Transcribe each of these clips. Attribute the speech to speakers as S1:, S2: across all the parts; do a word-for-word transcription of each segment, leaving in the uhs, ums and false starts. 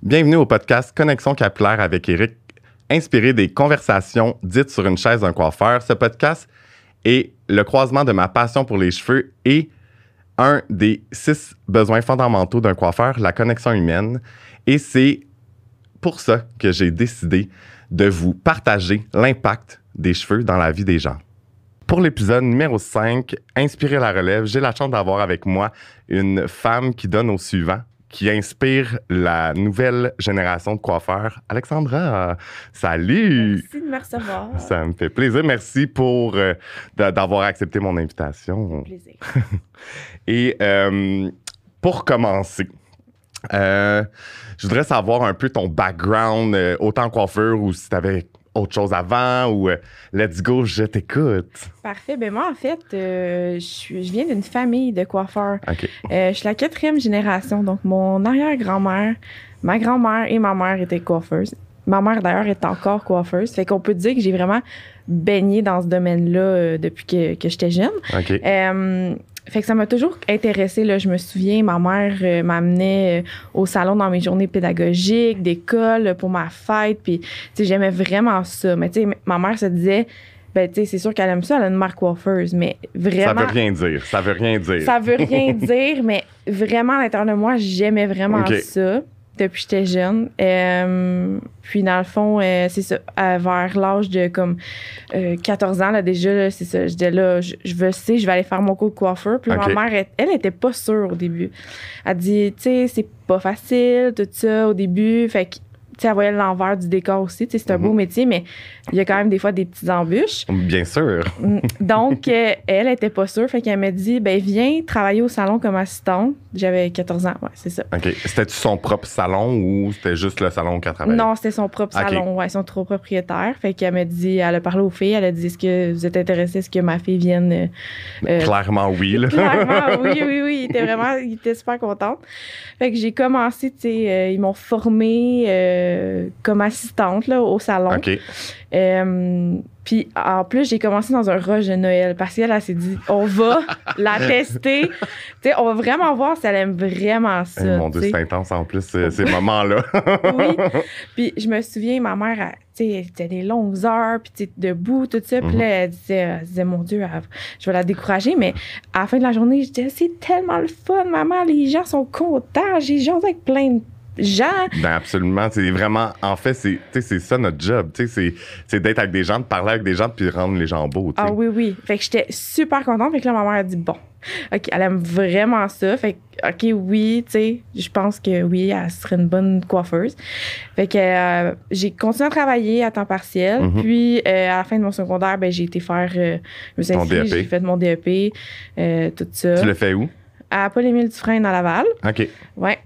S1: Bienvenue au podcast Connexion capillaire avec Éric, inspiré des conversations dites sur une chaise d'un coiffeur. Ce podcast est le croisement de ma passion pour les cheveux et un des six besoins fondamentaux d'un coiffeur, la connexion humaine. Et c'est pour ça que j'ai décidé de vous partager l'impact des cheveux dans la vie des gens. Pour l'épisode numéro cinq, Inspirer la relève, j'ai la chance d'avoir avec moi une femme qui donne au suivant, qui inspire la nouvelle génération de coiffeurs. Alexandra, salut!
S2: Merci de me recevoir.
S1: Ça me fait plaisir. Merci pour euh, de, d'avoir accepté mon invitation.
S2: Plaisir.
S1: Et euh, pour commencer, euh, je voudrais savoir un peu ton background, euh, autant coiffeur ou si tu avais autre chose avant ou euh, let's go, je t'écoute.
S2: Parfait. Ben moi, en fait, euh, je, suis, je viens d'une famille de coiffeurs.
S1: OK.
S2: Euh, je suis la quatrième génération. Donc, mon arrière-grand-mère, ma grand-mère et ma mère étaient coiffeuses. Ma mère, d'ailleurs, est encore coiffeuse. Fait qu'on peut dire que j'ai vraiment baigné dans ce domaine-là euh, depuis que, que j'étais jeune.
S1: OK.
S2: Euh, Fait que ça m'a toujours intéressée. Là. Je me souviens, ma mère euh, m'amenait euh, au salon dans mes journées pédagogiques, d'école, pour ma fête. Puis, tu sais, j'aimais vraiment ça. Mais, tu sais, ma mère se disait, ben, tu sais, c'est sûr qu'elle aime ça, elle a une mère coiffeuse. Mais vraiment.
S1: Ça veut rien dire. Ça veut rien dire.
S2: Ça veut rien dire, mais vraiment, à l'intérieur de moi, j'aimais vraiment
S1: OK.
S2: ça depuis que j'étais jeune. Euh, puis, dans le fond, euh, c'est ça, à- vers l'âge de comme euh, quatorze ans, là, déjà, là, c'est ça, j'étais là, je, je veux, sais, je vais aller faire mon cours de coiffeur. Puis,
S1: OK.
S2: ma mère, elle, elle était pas sûre au début. Elle dit, tu sais, c'est pas facile, tout ça, au début. Fait que, tu sais, elle voyait l'envers du décor aussi. Tu sais, c'est un beau
S1: Mhm.
S2: métier, mais il y a quand même des fois des petites embûches.
S1: Bien sûr.
S2: Donc, euh, elle était pas sûre. Fait qu'elle m'a dit, ben viens travailler au salon comme assistante. J'avais quatorze ans, ouais, c'est ça.
S1: OK. C'était-tu son propre salon ou c'était juste le salon qu'elle travaillait?
S2: Non, c'était son propre
S1: Ok.
S2: salon, ouais, son trop propriétaire. Fait qu'elle m'a dit, elle a parlé aux filles, elle a dit, est-ce que vous êtes intéressés, est-ce que ma fille vienne... euh, euh,
S1: Clairement, oui. Là.
S2: Clairement, oui, oui, oui. Il était vraiment, il était super contente. Fait que j'ai commencé, tu sais, euh, ils m'ont formée euh, comme assistante là, au salon.
S1: OK.
S2: Euh, Puis en plus, j'ai commencé dans un rush de Noël parce qu'elle, elle s'est dit, on va la tester. Tu sais, on va vraiment voir si elle aime vraiment ça.
S1: Eh, mon Dieu,
S2: tu sais.
S1: c'est intense en plus, ces, ces moments-là.
S2: Oui. Puis je me souviens, ma mère, elle, tu sais, c'était des longues heures, puis tu sais, debout, tout ça. Puis
S1: Mhm.
S2: là, elle disait, elle disait, mon Dieu, elle- je vais la décourager. Mais à la fin de la journée, je disais, c'est tellement le fun, maman. Les gens sont contents. J'ai jasé avec plein de gens.
S1: Ben absolument. C'est vraiment, en fait, c'est, tu sais, c'est ça notre job. Tu sais, c'est, c'est d'être avec des gens, de parler avec des gens, puis de rendre les gens beaux. Tu sais.
S2: Ah oui, oui. Fait que j'étais super contente. Fait que là, ma mère a dit, bon, OK, elle aime vraiment ça. Fait que, OK, oui, tu sais, je pense que oui, elle serait une bonne coiffeuse. Fait que euh, j'ai continué à travailler à temps partiel.
S1: Mhm.
S2: Puis, euh, à la fin de mon secondaire, ben, j'ai été faire, euh, je me suis
S1: Ton
S2: inscrite,
S1: D E P.
S2: j'ai fait mon D E P, euh, tout ça.
S1: Tu le fais où?
S2: À Paul-Émile Dufresne, à Laval.
S1: OK.
S2: Ouais.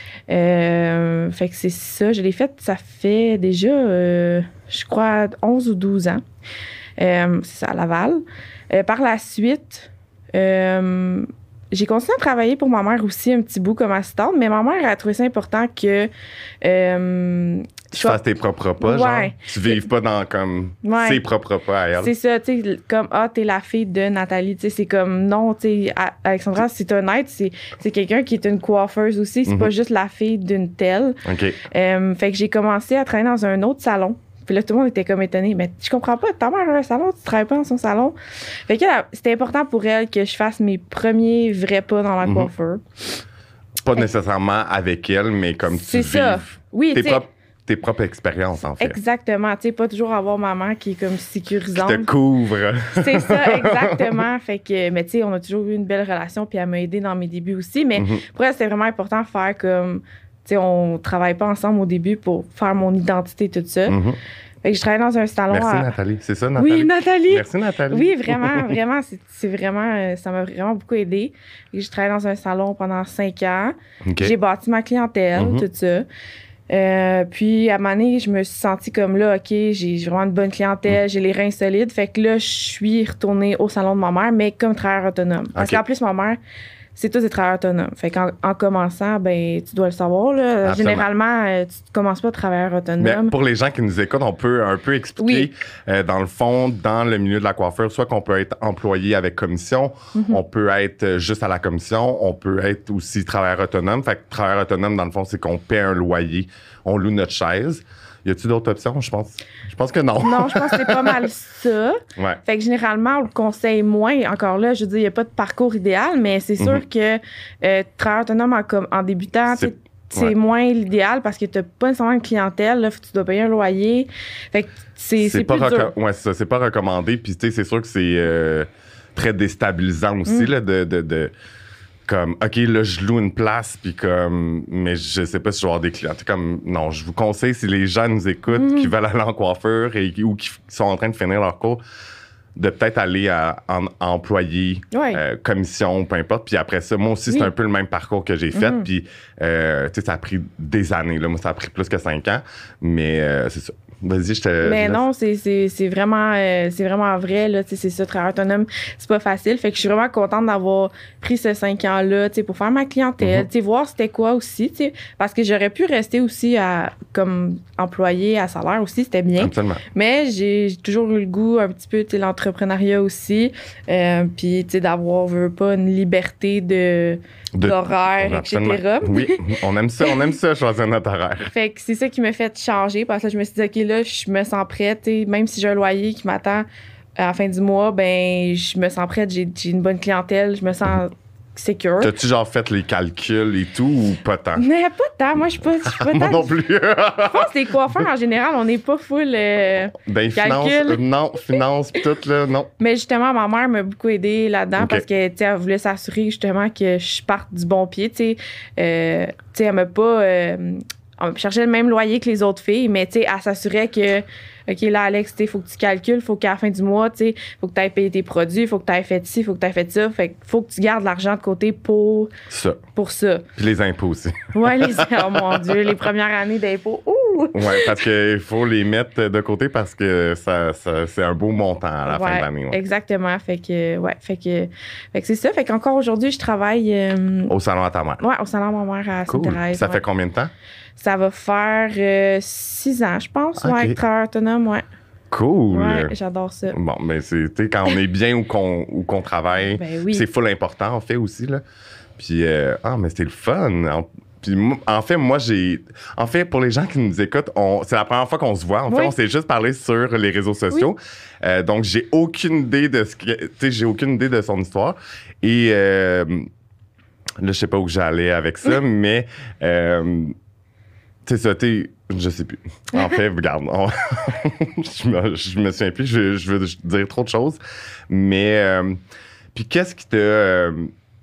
S2: Euh, fait que c'est ça. Je l'ai fait, ça fait déjà, euh, je crois, onze ou douze ans. Euh, c'est ça, à Laval. Euh, par la suite, euh, j'ai continué à travailler pour ma mère aussi un petit bout comme assistante, mais ma mère a trouvé ça important que euh,
S1: Tu
S2: je sois-
S1: fasses tes propres repas, genre.
S2: Ouais.
S1: Tu vives pas dans comme
S2: Ouais.
S1: ses propres repas à elle.
S2: C'est ça, tu sais, comme, ah, t'es la fille de Nathalie, tu sais, c'est comme, non, tu sais, A- Alexandra, c'est honnête, c'est, c'est quelqu'un qui est une coiffeuse aussi, c'est
S1: Mhm.
S2: pas juste la fille d'une telle.
S1: OK.
S2: Euh, fait que j'ai commencé à travailler dans un autre salon. Puis là, tout le monde était comme étonné. Mais je comprends pas, ta mère a un salon, tu travailles pas dans son salon. Fait que là, c'était important pour elle que je fasse mes premiers vrais pas dans la
S1: Mhm.
S2: coiffeur.
S1: Pas nécessairement avec elle, mais comme tu
S2: C'est ça.
S1: vives
S2: Oui,
S1: tes
S2: tu sais.
S1: propres, tes propres expériences, en fait.
S2: Exactement. Tu sais, pas toujours avoir maman qui est comme
S1: Qui
S2: sécurisante.
S1: te couvre.
S2: C'est ça, exactement. Fait que, mais tu sais, on a toujours eu une belle relation, puis elle m'a aidé dans mes débuts aussi. Mais
S1: Mhm.
S2: pour elle, c'était vraiment important de faire comme, tu sais, on travaille pas ensemble au début pour faire mon identité, tout ça.
S1: Mhm.
S2: Fait que je travaillais dans un salon.
S1: Merci,
S2: à-
S1: Nathalie. C'est ça, Nathalie?
S2: Oui, Nathalie.
S1: Merci, Nathalie.
S2: Oui, vraiment, vraiment, c'est, c'est vraiment, euh, ça m'a vraiment beaucoup aidé. Et je travaillais dans un salon pendant cinq ans.
S1: OK.
S2: J'ai bâti ma clientèle,
S1: Mhm.
S2: tout ça. Euh, puis, à un moment donné, je me suis sentie comme là, OK, j'ai vraiment une bonne clientèle, j'ai les reins solides. Fait que là, je suis retournée au salon de ma mère, mais comme travailleur autonome. Parce
S1: OK.
S2: qu'en plus, ma mère, c'est tous des travailleurs autonomes. Fait qu'en en commençant, ben tu dois le savoir. Là. Généralement, euh, tu ne commences pas travailleur autonome.
S1: Mais pour les gens qui nous écoutent, on peut un peu expliquer, oui. euh, dans le fond, dans le milieu de la coiffure, soit qu'on peut être employé avec commission, mm-hmm. on peut être juste à la commission, on peut être aussi travailleur autonome. Fait que travailleur autonome, dans le fond, c'est qu'on paie un loyer, on loue notre chaise. Y a-t-il d'autres options? Je pense, je pense que non.
S2: Non, je pense que c'est pas mal ça.
S1: Ouais.
S2: Fait que généralement, on le conseille moins. Encore là, je veux dire, il n'y a pas de parcours idéal, mais c'est sûr mm-hmm. que euh, travailleur autonome en, comme, en débutant, c'est, c'est ouais. moins l'idéal parce que tu n'as pas nécessairement une clientèle. Là, tu dois payer un loyer. Fait que c'est, c'est, c'est
S1: pas
S2: plus reco- dur.
S1: Ouais, c'est ça. C'est pas recommandé. Puis, tu sais, c'est sûr que c'est euh, très déstabilisant aussi, mm. là, de... de, de comme, OK, là, je loue une place, puis comme, mais je sais pas si je vais avoir des clients. Comme, non, je vous conseille, si les gens nous écoutent, mm-hmm. qui veulent aller en coiffure et, ou qui sont en train de finir leur cours, de peut-être aller à, en, à employé,
S2: ouais.
S1: euh, commission, peu importe. Puis après ça, moi aussi, oui. c'est un peu le même parcours que j'ai fait. Mm-hmm. Puis, euh, tu sais, ça a pris des années. Là. Moi, ça a pris plus que cinq ans. Mais euh, c'est ça. Vas-y, je te.
S2: Mais
S1: je
S2: non, c'est, c'est, c'est, vraiment, euh, c'est vraiment vrai. Là, c'est ça, travailleur autonome, c'est pas facile. Fait que je suis vraiment contente d'avoir pris ces cinq ans-là pour faire ma clientèle, mm-hmm. voir c'était quoi aussi. Parce que j'aurais pu rester aussi à, comme employé à salaire aussi, c'était bien.
S1: Absolument.
S2: Mais j'ai, j'ai toujours eu le goût un petit peu de l'entrepreneuriat aussi. Euh, Puis d'avoir, veux pas, une liberté de. De, d'horaire, et cetera.
S1: Oui, on aime ça, on aime ça, choisir notre horaire.
S2: Fait que c'est ça qui m'a fait changer parce que là, je me suis dit, OK, là, je me sens prête, même si j'ai un loyer qui m'attend à la fin du mois, ben je me sens prête, j'ai, j'ai une bonne clientèle, je me sens secure.
S1: T'as-tu genre fait les calculs et tout ou pas tant?
S2: Mais pas tant, moi je suis pas, je suis pas tant.
S1: Moi non plus.
S2: Je pense que les coiffeurs en général, on n'est pas full euh,
S1: ben,
S2: calcul.
S1: Finance, euh, non, finance pis tout là, non.
S2: Mais justement, ma mère m'a beaucoup aidée là-dedans
S1: okay.
S2: parce que tu sais, elle voulait s'assurer justement que je parte du bon pied, tu sais. Euh, tu sais, elle m'a pas euh, on cherchait le même loyer que les autres filles, mais tu sais, elle s'assurait que OK, là, Alex, il faut que tu calcules, faut qu'à la fin du mois, tu faut que tu ailles payer tes produits, faut que tu ailles fait ci, faut que tu ailles fait ça. Fait qu'il faut que tu gardes l'argent de côté pour
S1: ça.
S2: Pour ça.
S1: Puis les impôts aussi.
S2: Ouais, les oh mon Dieu, les premières années d'impôts. Ouh!
S1: Ouais, parce qu'il faut les mettre de côté parce que ça, ça c'est un beau montant à la
S2: ouais,
S1: fin de l'année. Ouais.
S2: Exactement. Fait que, ouais, fait que, fait que c'est ça. Fait qu'encore aujourd'hui, je travaille. Euh,
S1: au salon à ta mère.
S2: Ouais, au salon à ma mère à
S1: cool.
S2: Sainte-Thérèse.
S1: Ça
S2: ouais.
S1: fait combien de temps?
S2: Ça va faire euh, six ans, je pense, okay. ouais, avec travailleur autonome, ouais.
S1: Cool!
S2: Ouais, j'adore ça.
S1: Bon, mais c'est, tu sais, quand on est bien ou qu'on, ou qu'on travaille,
S2: ben oui.
S1: c'est full important, en fait, aussi, là. Puis, euh, ah, mais c'est le fun! En, puis, en fait, moi, j'ai... En fait, pour les gens qui nous écoutent, on, c'est la première fois qu'on se voit. En oui. fait, on s'est juste parlé sur les réseaux sociaux. Oui. Euh, donc, j'ai aucune idée de ce que... Tu sais, j'ai aucune idée de son histoire. Et... Euh, là, je sais pas où j'allais avec ça, mais... Euh, tu sais, ça, t'es... Je sais plus. En fait, regarde, on... je, me, je me souviens plus, je, je veux dire trop de choses. Mais, euh, puis qu'est-ce qui t'a euh,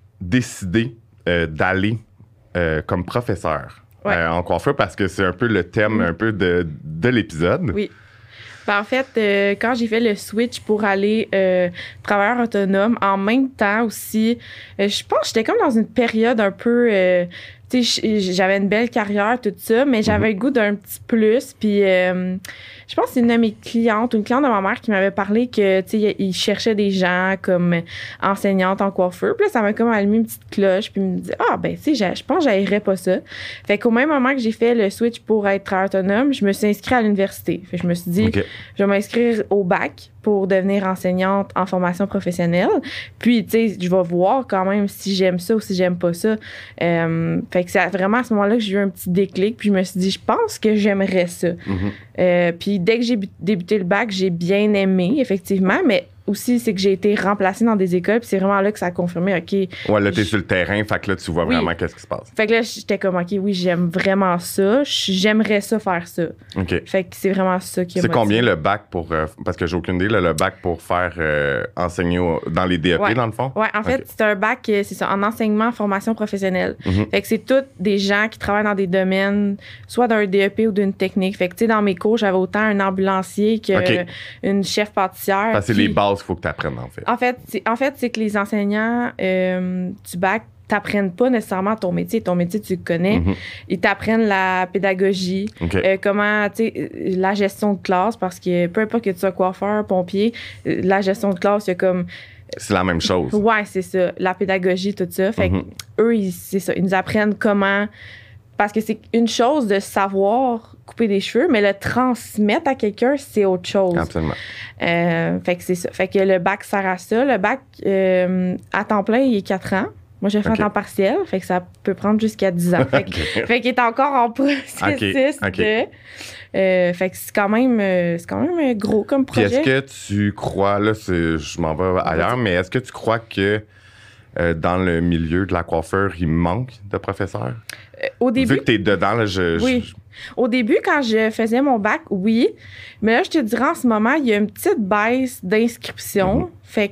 S1: décidé euh, d'aller euh, comme professeur
S2: ouais.
S1: euh, en coiffure? Parce que c'est un peu le thème un peu de, de l'épisode.
S2: Oui. Ben, en fait, euh, quand j'ai fait le switch pour aller euh, travailleur autonome, en même temps aussi, euh, je pense que j'étais comme dans une période un peu... Euh, tu sais, j'avais une belle carrière, tout ça, mais j'avais mm-hmm. le goût d'un petit plus. Puis, euh, je pense que c'est une de mes clientes, une cliente de ma mère qui m'avait parlé que, tu sais, il cherchait des gens comme enseignante en coiffure. Puis là, ça m'a comme allumé une petite cloche. Puis, il me dit, ah, ben, tu sais, je pense que j'haïrais pas ça. Fait qu'au même moment que j'ai fait le switch pour être travailleur autonome, je me suis inscrite à l'université. Fait que je me suis dit, okay. je vais m'inscrire au bac pour devenir enseignante en formation professionnelle. Puis, tu sais, je vais voir quand même si j'aime ça ou si j'aime pas ça. Euh, fait que c'est vraiment à ce moment-là que j'ai eu un petit déclic. Puis, je me suis dit, je pense que j'aimerais ça. Mm-hmm. Euh, puis, dès que j'ai débuté le bac, j'ai bien aimé, effectivement, mais aussi, c'est que j'ai été remplacée dans des écoles, puis c'est vraiment là que ça a confirmé, OK.
S1: Ouais, là, t'es sur le terrain, fait que là, tu vois oui. vraiment qu'est-ce qui se passe.
S2: Fait que là, j'étais comme, OK, oui, j'aime vraiment ça, j'aimerais ça faire ça.
S1: OK.
S2: Fait que c'est vraiment ça qui a
S1: C'est combien le bac pour, euh, parce que j'ai aucune idée, là, le bac pour faire euh, enseigner au, dans les D E P,
S2: ouais.
S1: dans le fond?
S2: Ouais, en fait, okay. c'est un bac, c'est ça, en enseignement, formation professionnelle. Mm-hmm. Fait que c'est tous des gens qui travaillent dans des domaines, soit d'un D E P ou d'une technique. Fait que, tu sais, dans mes cours, j'avais autant un ambulancier qu'une okay. chef pâtissière.
S1: Ça, c'est puis... les bases qu'il faut que tu apprennes, en fait.
S2: En fait, c'est, en fait, c'est que les enseignants euh, du bac t'apprennent pas nécessairement ton métier. Ton métier, tu le connais. Mm-hmm. Ils t'apprennent la pédagogie, okay. euh, comment, tu sais, la gestion de classe, parce que peu importe que tu sois coiffeur, pompier, la gestion de classe, il y a comme...
S1: C'est la même chose.
S2: Ouais, c'est ça. La pédagogie, tout ça. Fait
S1: mm-hmm.
S2: qu'eux, ils, c'est ça. Ils nous apprennent comment... Parce que c'est une chose de savoir couper des cheveux, mais le transmettre à quelqu'un, c'est autre chose.
S1: Absolument.
S2: Euh, fait que c'est ça. Fait que le bac sert à ça. Le bac, euh, à temps plein, il est quatre ans. Moi, j'ai fait okay. un temps partiel, fait que ça peut prendre jusqu'à dix ans. Fait, que, okay. fait qu'il est encore en processus okay. Okay. de... Euh, fait que c'est quand même euh, c'est quand même gros comme projet.
S1: Puis est-ce que tu crois, là, c'est, je m'en vais ailleurs, mais est-ce que tu crois que euh, dans le milieu de la coiffure, il manque de professeurs?
S2: Euh, au début...
S1: Vu que t'es dedans, là, je...
S2: Oui. Je... Au début, quand je faisais mon bac, oui. Mais là, je te dirais, en ce moment, il y a une petite baisse d'inscription. Mm-hmm. Fait que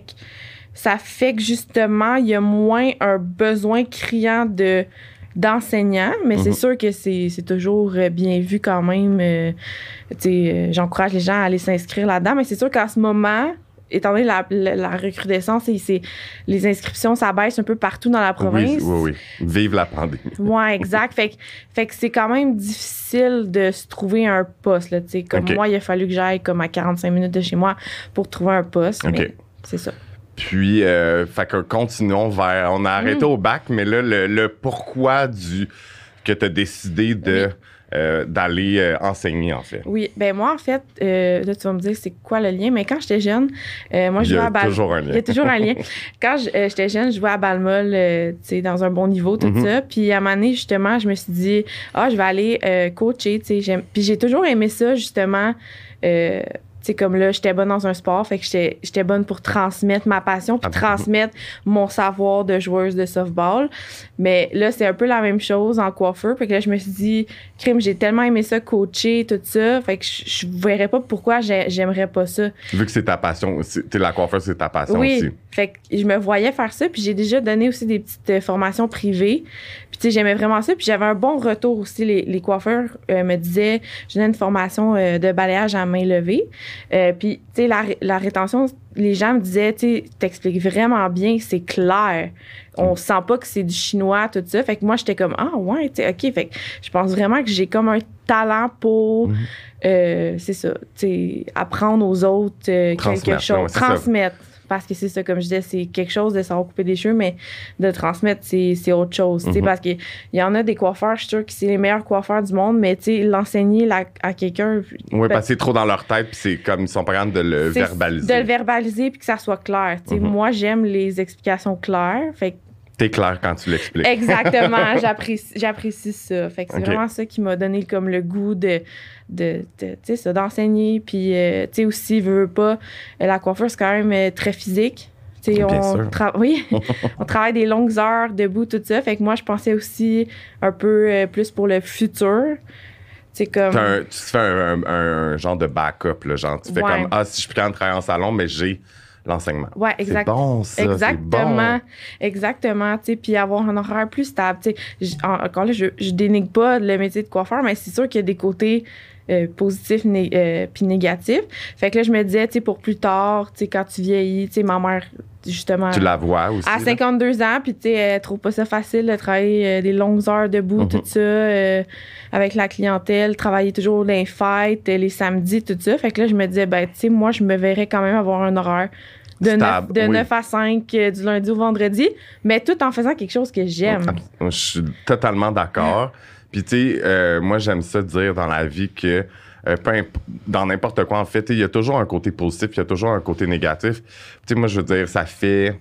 S2: ça fait que, justement, il y a moins un besoin criant de, d'enseignants. Mais mm-hmm. c'est sûr que c'est, c'est toujours bien vu quand même. Euh, tu sais, j'encourage les gens à aller s'inscrire là-dedans. Mais c'est sûr qu'en ce moment... Étant donné la, la, la recrudescence, et c'est, les inscriptions, ça baisse un peu partout dans la province.
S1: Oui, oui, oui. Vive la pandémie.
S2: Oui, exact. Fait que, fait que c'est quand même difficile de se trouver un poste. Là, comme okay. moi, il a fallu que j'aille comme à quarante-cinq minutes de chez moi pour trouver un poste. Okay. Mais c'est ça.
S1: Puis, euh, fait que continuons vers... On a arrêté mmh. au bac, mais là, le, le pourquoi du que tu as décidé de... Oui. Euh, d'aller euh, enseigner, en fait.
S2: Oui. Ben moi, en fait, euh, là, tu vas me dire c'est quoi le lien, mais quand j'étais jeune, euh, moi, je jouais à Balmol.
S1: Il y a toujours un lien.
S2: Il y a toujours un lien. Quand je, euh, j'étais jeune, je jouais à Balmol, euh, tu sais, dans un bon niveau, tout mm-hmm. ça. Puis à un moment donné, justement, je me suis dit, ah, je vais aller euh, coacher, tu sais. Puis j'ai toujours aimé ça, justement. Euh, C'est comme là, j'étais bonne dans un sport, fait que j'étais, j'étais bonne pour transmettre ma passion puis transmettre mon savoir de joueuse de softball. Mais là, c'est un peu la même chose en coiffeur. Fait que là, je me suis dit, crime, j'ai tellement aimé ça, coacher, tout ça. Fait que je, je verrais pas pourquoi j'aimerais pas ça.
S1: Vu que c'est ta passion, t'es la coiffeur, c'est ta passion
S2: oui.
S1: aussi.
S2: Fait que je me voyais faire ça, puis j'ai déjà donné aussi des petites euh, formations privées. Puis tu sais, j'aimais vraiment ça, puis j'avais un bon retour aussi. Les, les coiffeurs euh, me disaient, je donnais une formation euh, de balayage à main levée. Euh, puis tu sais, la, la rétention, les gens me disaient, tu sais, t'expliques vraiment bien, c'est clair. On mm. sent pas que c'est du chinois, tout ça. Fait que moi, j'étais comme, ah ouais, tu sais, OK. Fait que je pense vraiment que j'ai comme un talent pour, mm. euh, c'est ça, tu sais, apprendre aux autres euh, quelque chose. Ouais, transmettre. Ça. Parce que c'est ça, comme je disais, c'est quelque chose de savoir couper des cheveux, mais de transmettre, c'est, c'est autre chose. Mm-hmm. Parce qu'il y en a des coiffeurs, je suis sûre que c'est les meilleurs coiffeurs du monde, mais l'enseigner la, à quelqu'un...
S1: Oui, parce que c'est trop dans leur tête, puis c'est comme ils sont pas capables de le verbaliser.
S2: De le verbaliser, puis que ça soit clair. Mm-hmm. Moi, j'aime les explications claires. Fait que
S1: t'es clair quand tu l'expliques.
S2: Exactement, j'apprécie, j'apprécie ça. Fait que c'est
S1: okay.
S2: vraiment ça qui m'a donné comme le goût de, de, de tu sais, ça, d'enseigner. Puis, euh, tu sais, aussi, veux, veux pas, la coiffure, c'est quand même euh, très physique. Tu sais, on, tra- oui, on travaille des longues heures debout, tout ça. Fait que moi, je pensais aussi un peu euh, plus pour le futur. C'est comme...
S1: Un, tu fais un, un, un genre de backup, là, genre, tu fais ouais. comme, ah, si je suis plus capable de travailler en salon, mais j'ai... l'enseignement.
S2: Oui, exact.
S1: C'est bon, ça.
S2: Exactement.
S1: C'est bon.
S2: Exactement. Tu sais, puis avoir un horaire plus stable. Tu sais, encore là, je, je dénigre pas le métier de coiffeur, mais c'est sûr qu'il y a des côtés euh, positifs né- euh, puis négatifs. Fait que là, je me disais, tu sais, pour plus tard, tu sais, quand tu vieillis, tu sais, ma mère, justement.
S1: Tu la vois aussi.
S2: À cinquante-deux là. Ans, puis tu sais, elle trouve pas ça facile de travailler euh, des longues heures debout, mm-hmm. tout ça, euh, avec la clientèle, travailler toujours dans les fêtes, les samedis, tout ça. Fait que là, je me disais, ben, tu sais, moi, je me verrais quand même avoir un horaire de, neuf, de oui. neuf à cinq euh, du lundi au vendredi, mais tout en faisant quelque chose que j'aime.
S1: Je suis totalement d'accord. Puis, tu sais, euh, moi, j'aime ça dire dans la vie que euh, peu imp- dans n'importe quoi, en fait, il y a toujours un côté positif, il y a toujours un côté négatif. Tu sais, moi, je veux dire, ça fait,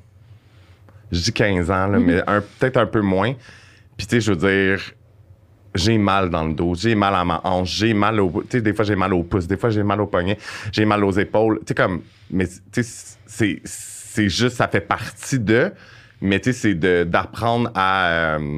S1: je dis quinze ans, là, mm-hmm. mais un, peut-être un peu moins. Puis, tu sais, je veux dire, j'ai mal dans le dos, j'ai mal à ma hanche, j'ai mal au... Tu sais, des fois, j'ai mal au pouce, des fois, j'ai mal au poignet, j'ai mal aux épaules. Tu sais, comme... Mais, tu sais, c'est, c'est juste, ça fait partie de... Mais, tu sais, c'est de, d'apprendre à... Euh,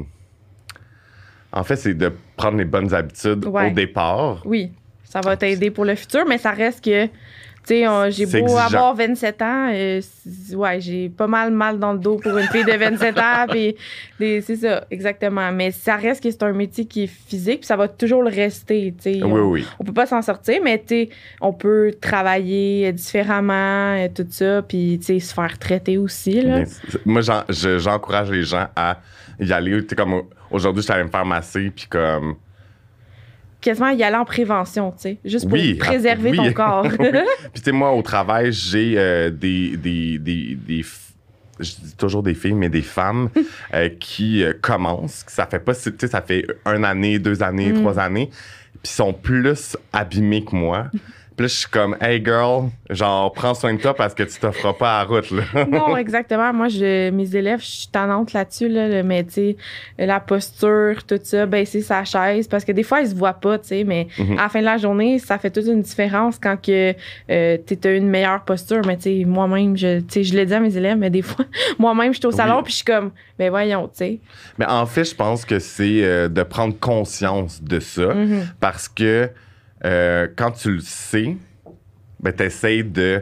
S1: en fait, c'est de prendre les bonnes habitudes ouais. au départ.
S2: Oui, ça va t'aider pour le futur, mais ça reste que... Tu sais, j'ai beau exigeant. Avoir vingt-sept ans, euh, ouais, j'ai pas mal mal dans le dos pour une fille de vingt-sept ans, puis c'est ça, exactement. Mais ça reste que c'est un métier qui est physique, puis ça va toujours le rester, tu sais.
S1: Oui,
S2: on,
S1: oui.
S2: On peut pas s'en sortir, mais tu sais, on peut travailler différemment, et tout ça, puis tu sais, se faire traiter aussi, là.
S1: Bien, moi, j'en, je, j'encourage les gens à y aller. Tu sais, comme aujourd'hui, je suis allée me faire masser, puis comme...
S2: quasiment y aller en prévention, tu sais, juste pour
S1: Oui,
S2: préserver
S1: oui.
S2: ton corps.
S1: Oui. Puis, tu sais, moi, au travail, j'ai euh, des, des, des, des, je dis toujours des filles, mais des femmes euh, qui euh, commencent. Ça fait pas, tu sais, ça fait une année, deux années,
S2: Mm.
S1: trois années, puis sont plus abîmés que moi. Puis là, je suis comme, hey girl, genre, prends soin de toi parce que tu t'offres pas à la route, là.
S2: Non, exactement. Moi, je, mes élèves, je suis tannante là-dessus, là, le, mais tu sais, la posture, tout ça, baisser sa chaise, parce que des fois, ils se voient pas, tu sais, mais
S1: Mhm.
S2: à la fin de la journée, ça fait toute une différence quand que euh, tu as une meilleure posture. Mais tu sais, moi-même, je, tu sais, je l'ai dit à mes élèves, mais des fois, moi-même, je suis au salon,
S1: Oui.
S2: puis je suis comme, ben voyons, tu sais.
S1: Mais en fait, je pense que c'est euh, de prendre conscience de ça
S2: Mhm.
S1: parce que euh, quand tu le sais, ben, t'essayes de.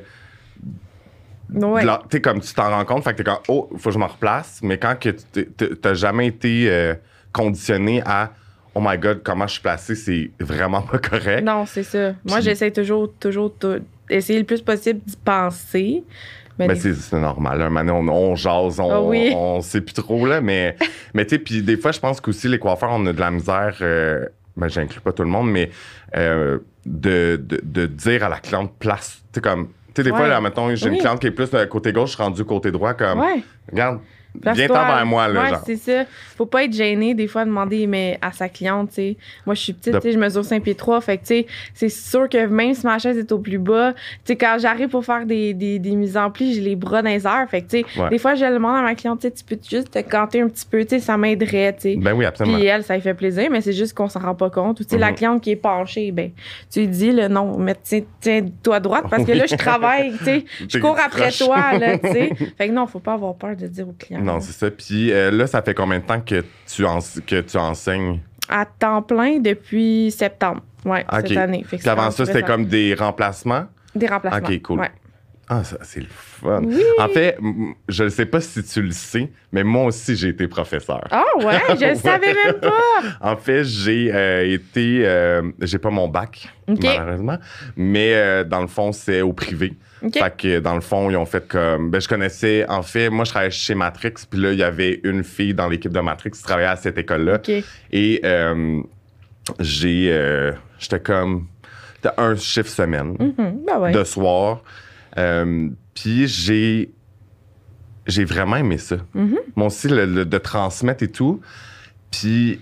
S2: Ouais.
S1: Tu sais, comme tu t'en rends compte, fait que t'es comme, oh, faut que je me replace. Mais quand que tu t'es- t'as jamais été euh, conditionné à, oh my god, comment je suis placé, c'est vraiment pas correct.
S2: Non, c'est ça. Moi,
S1: Puis-
S2: j'essaie toujours, toujours, tou- essayer le plus possible d'y penser. Mais
S1: Ben,
S2: des-
S1: c'est, c'est normal. Un moment donné, on, on jase, on,
S2: Ah oui.
S1: on, sait plus trop, là. Mais, mais tu sais, puis des fois, je pense qu'aussi, les coiffeurs, on a de la misère. Euh, ben, j'inclus pas tout le monde, mais euh, de, de, de dire à la cliente place. Tu sais, comme. Tu sais, des fois,
S2: Ouais.
S1: là, mettons, j'ai
S2: Oui.
S1: une cliente qui est plus euh, côté gauche, je suis rendu côté droit, comme.
S2: ouais.
S1: Regarde,
S2: Place-toi.
S1: viens-t'en vers moi, là,
S2: ouais,
S1: genre.
S2: c'est ça. Faut pas être gêné, des fois, de demander mais à sa cliente, tu sais. Moi, je suis petite,
S1: De-
S2: tu sais, je mesure cinq pieds trois. Fait que, tu sais, c'est sûr que même si ma chaise est au plus bas, tu sais, quand j'arrive pour faire des, des, des mises en pli, j'ai les bras dans les airs. Fait que, tu sais,
S1: Ouais.
S2: des fois, je demande à ma cliente, tu sais, tu peux juste te canter un petit peu, tu sais, ça m'aiderait, tu sais.
S1: Ben oui, absolument.
S2: Puis elle, ça lui fait plaisir, mais c'est juste qu'on s'en rend pas compte. Ou, tu sais, la
S1: Mhm.
S2: cliente qui est penchée, ben, tu lui dis, là, non, mais tiens, tiens-toi droite parce que là, je travaille, tu sais, je
S1: T'es
S2: cours après
S1: croche.
S2: toi, là, tu sais. Fait que non, faut pas avoir peur de dire aux clients.
S1: Non,
S2: là.
S1: c'est ça. Puis euh, là, ça fait combien de temps que tu, en, que tu enseignes?
S2: À temps plein depuis septembre, ouais,
S1: OK.
S2: cette année. Fait que
S1: Puis avant
S2: c'est
S1: ça, c'était
S2: récent.
S1: comme des remplacements?
S2: Des remplacements.
S1: OK, cool.
S2: Ouais.
S1: Ah, ça, c'est le fun.
S2: Oui.
S1: En fait, m- je ne sais pas si tu le sais, mais moi aussi, j'ai été professeur.
S2: Ah ouais, je le
S1: Ouais.
S2: savais même pas.
S1: En fait, j'ai euh, été... euh, j'ai pas mon bac,
S2: OK.
S1: malheureusement, mais euh, dans le fond, c'est au privé.
S2: OK.
S1: Fait que dans le fond, ils ont fait comme... Ben, je connaissais... En fait, moi, je travaillais chez Matrix, puis là, il y avait une fille dans l'équipe de Matrix qui travaillait à cette école-là.
S2: OK.
S1: Et euh, j'ai... euh, j'étais comme... C'était un chiffre semaine
S2: Mhm, ben ouais.
S1: de soir. Euh, Puis j'ai j'ai vraiment aimé ça.
S2: Mhm.
S1: Mon style le- le- de transmettre et tout. Puis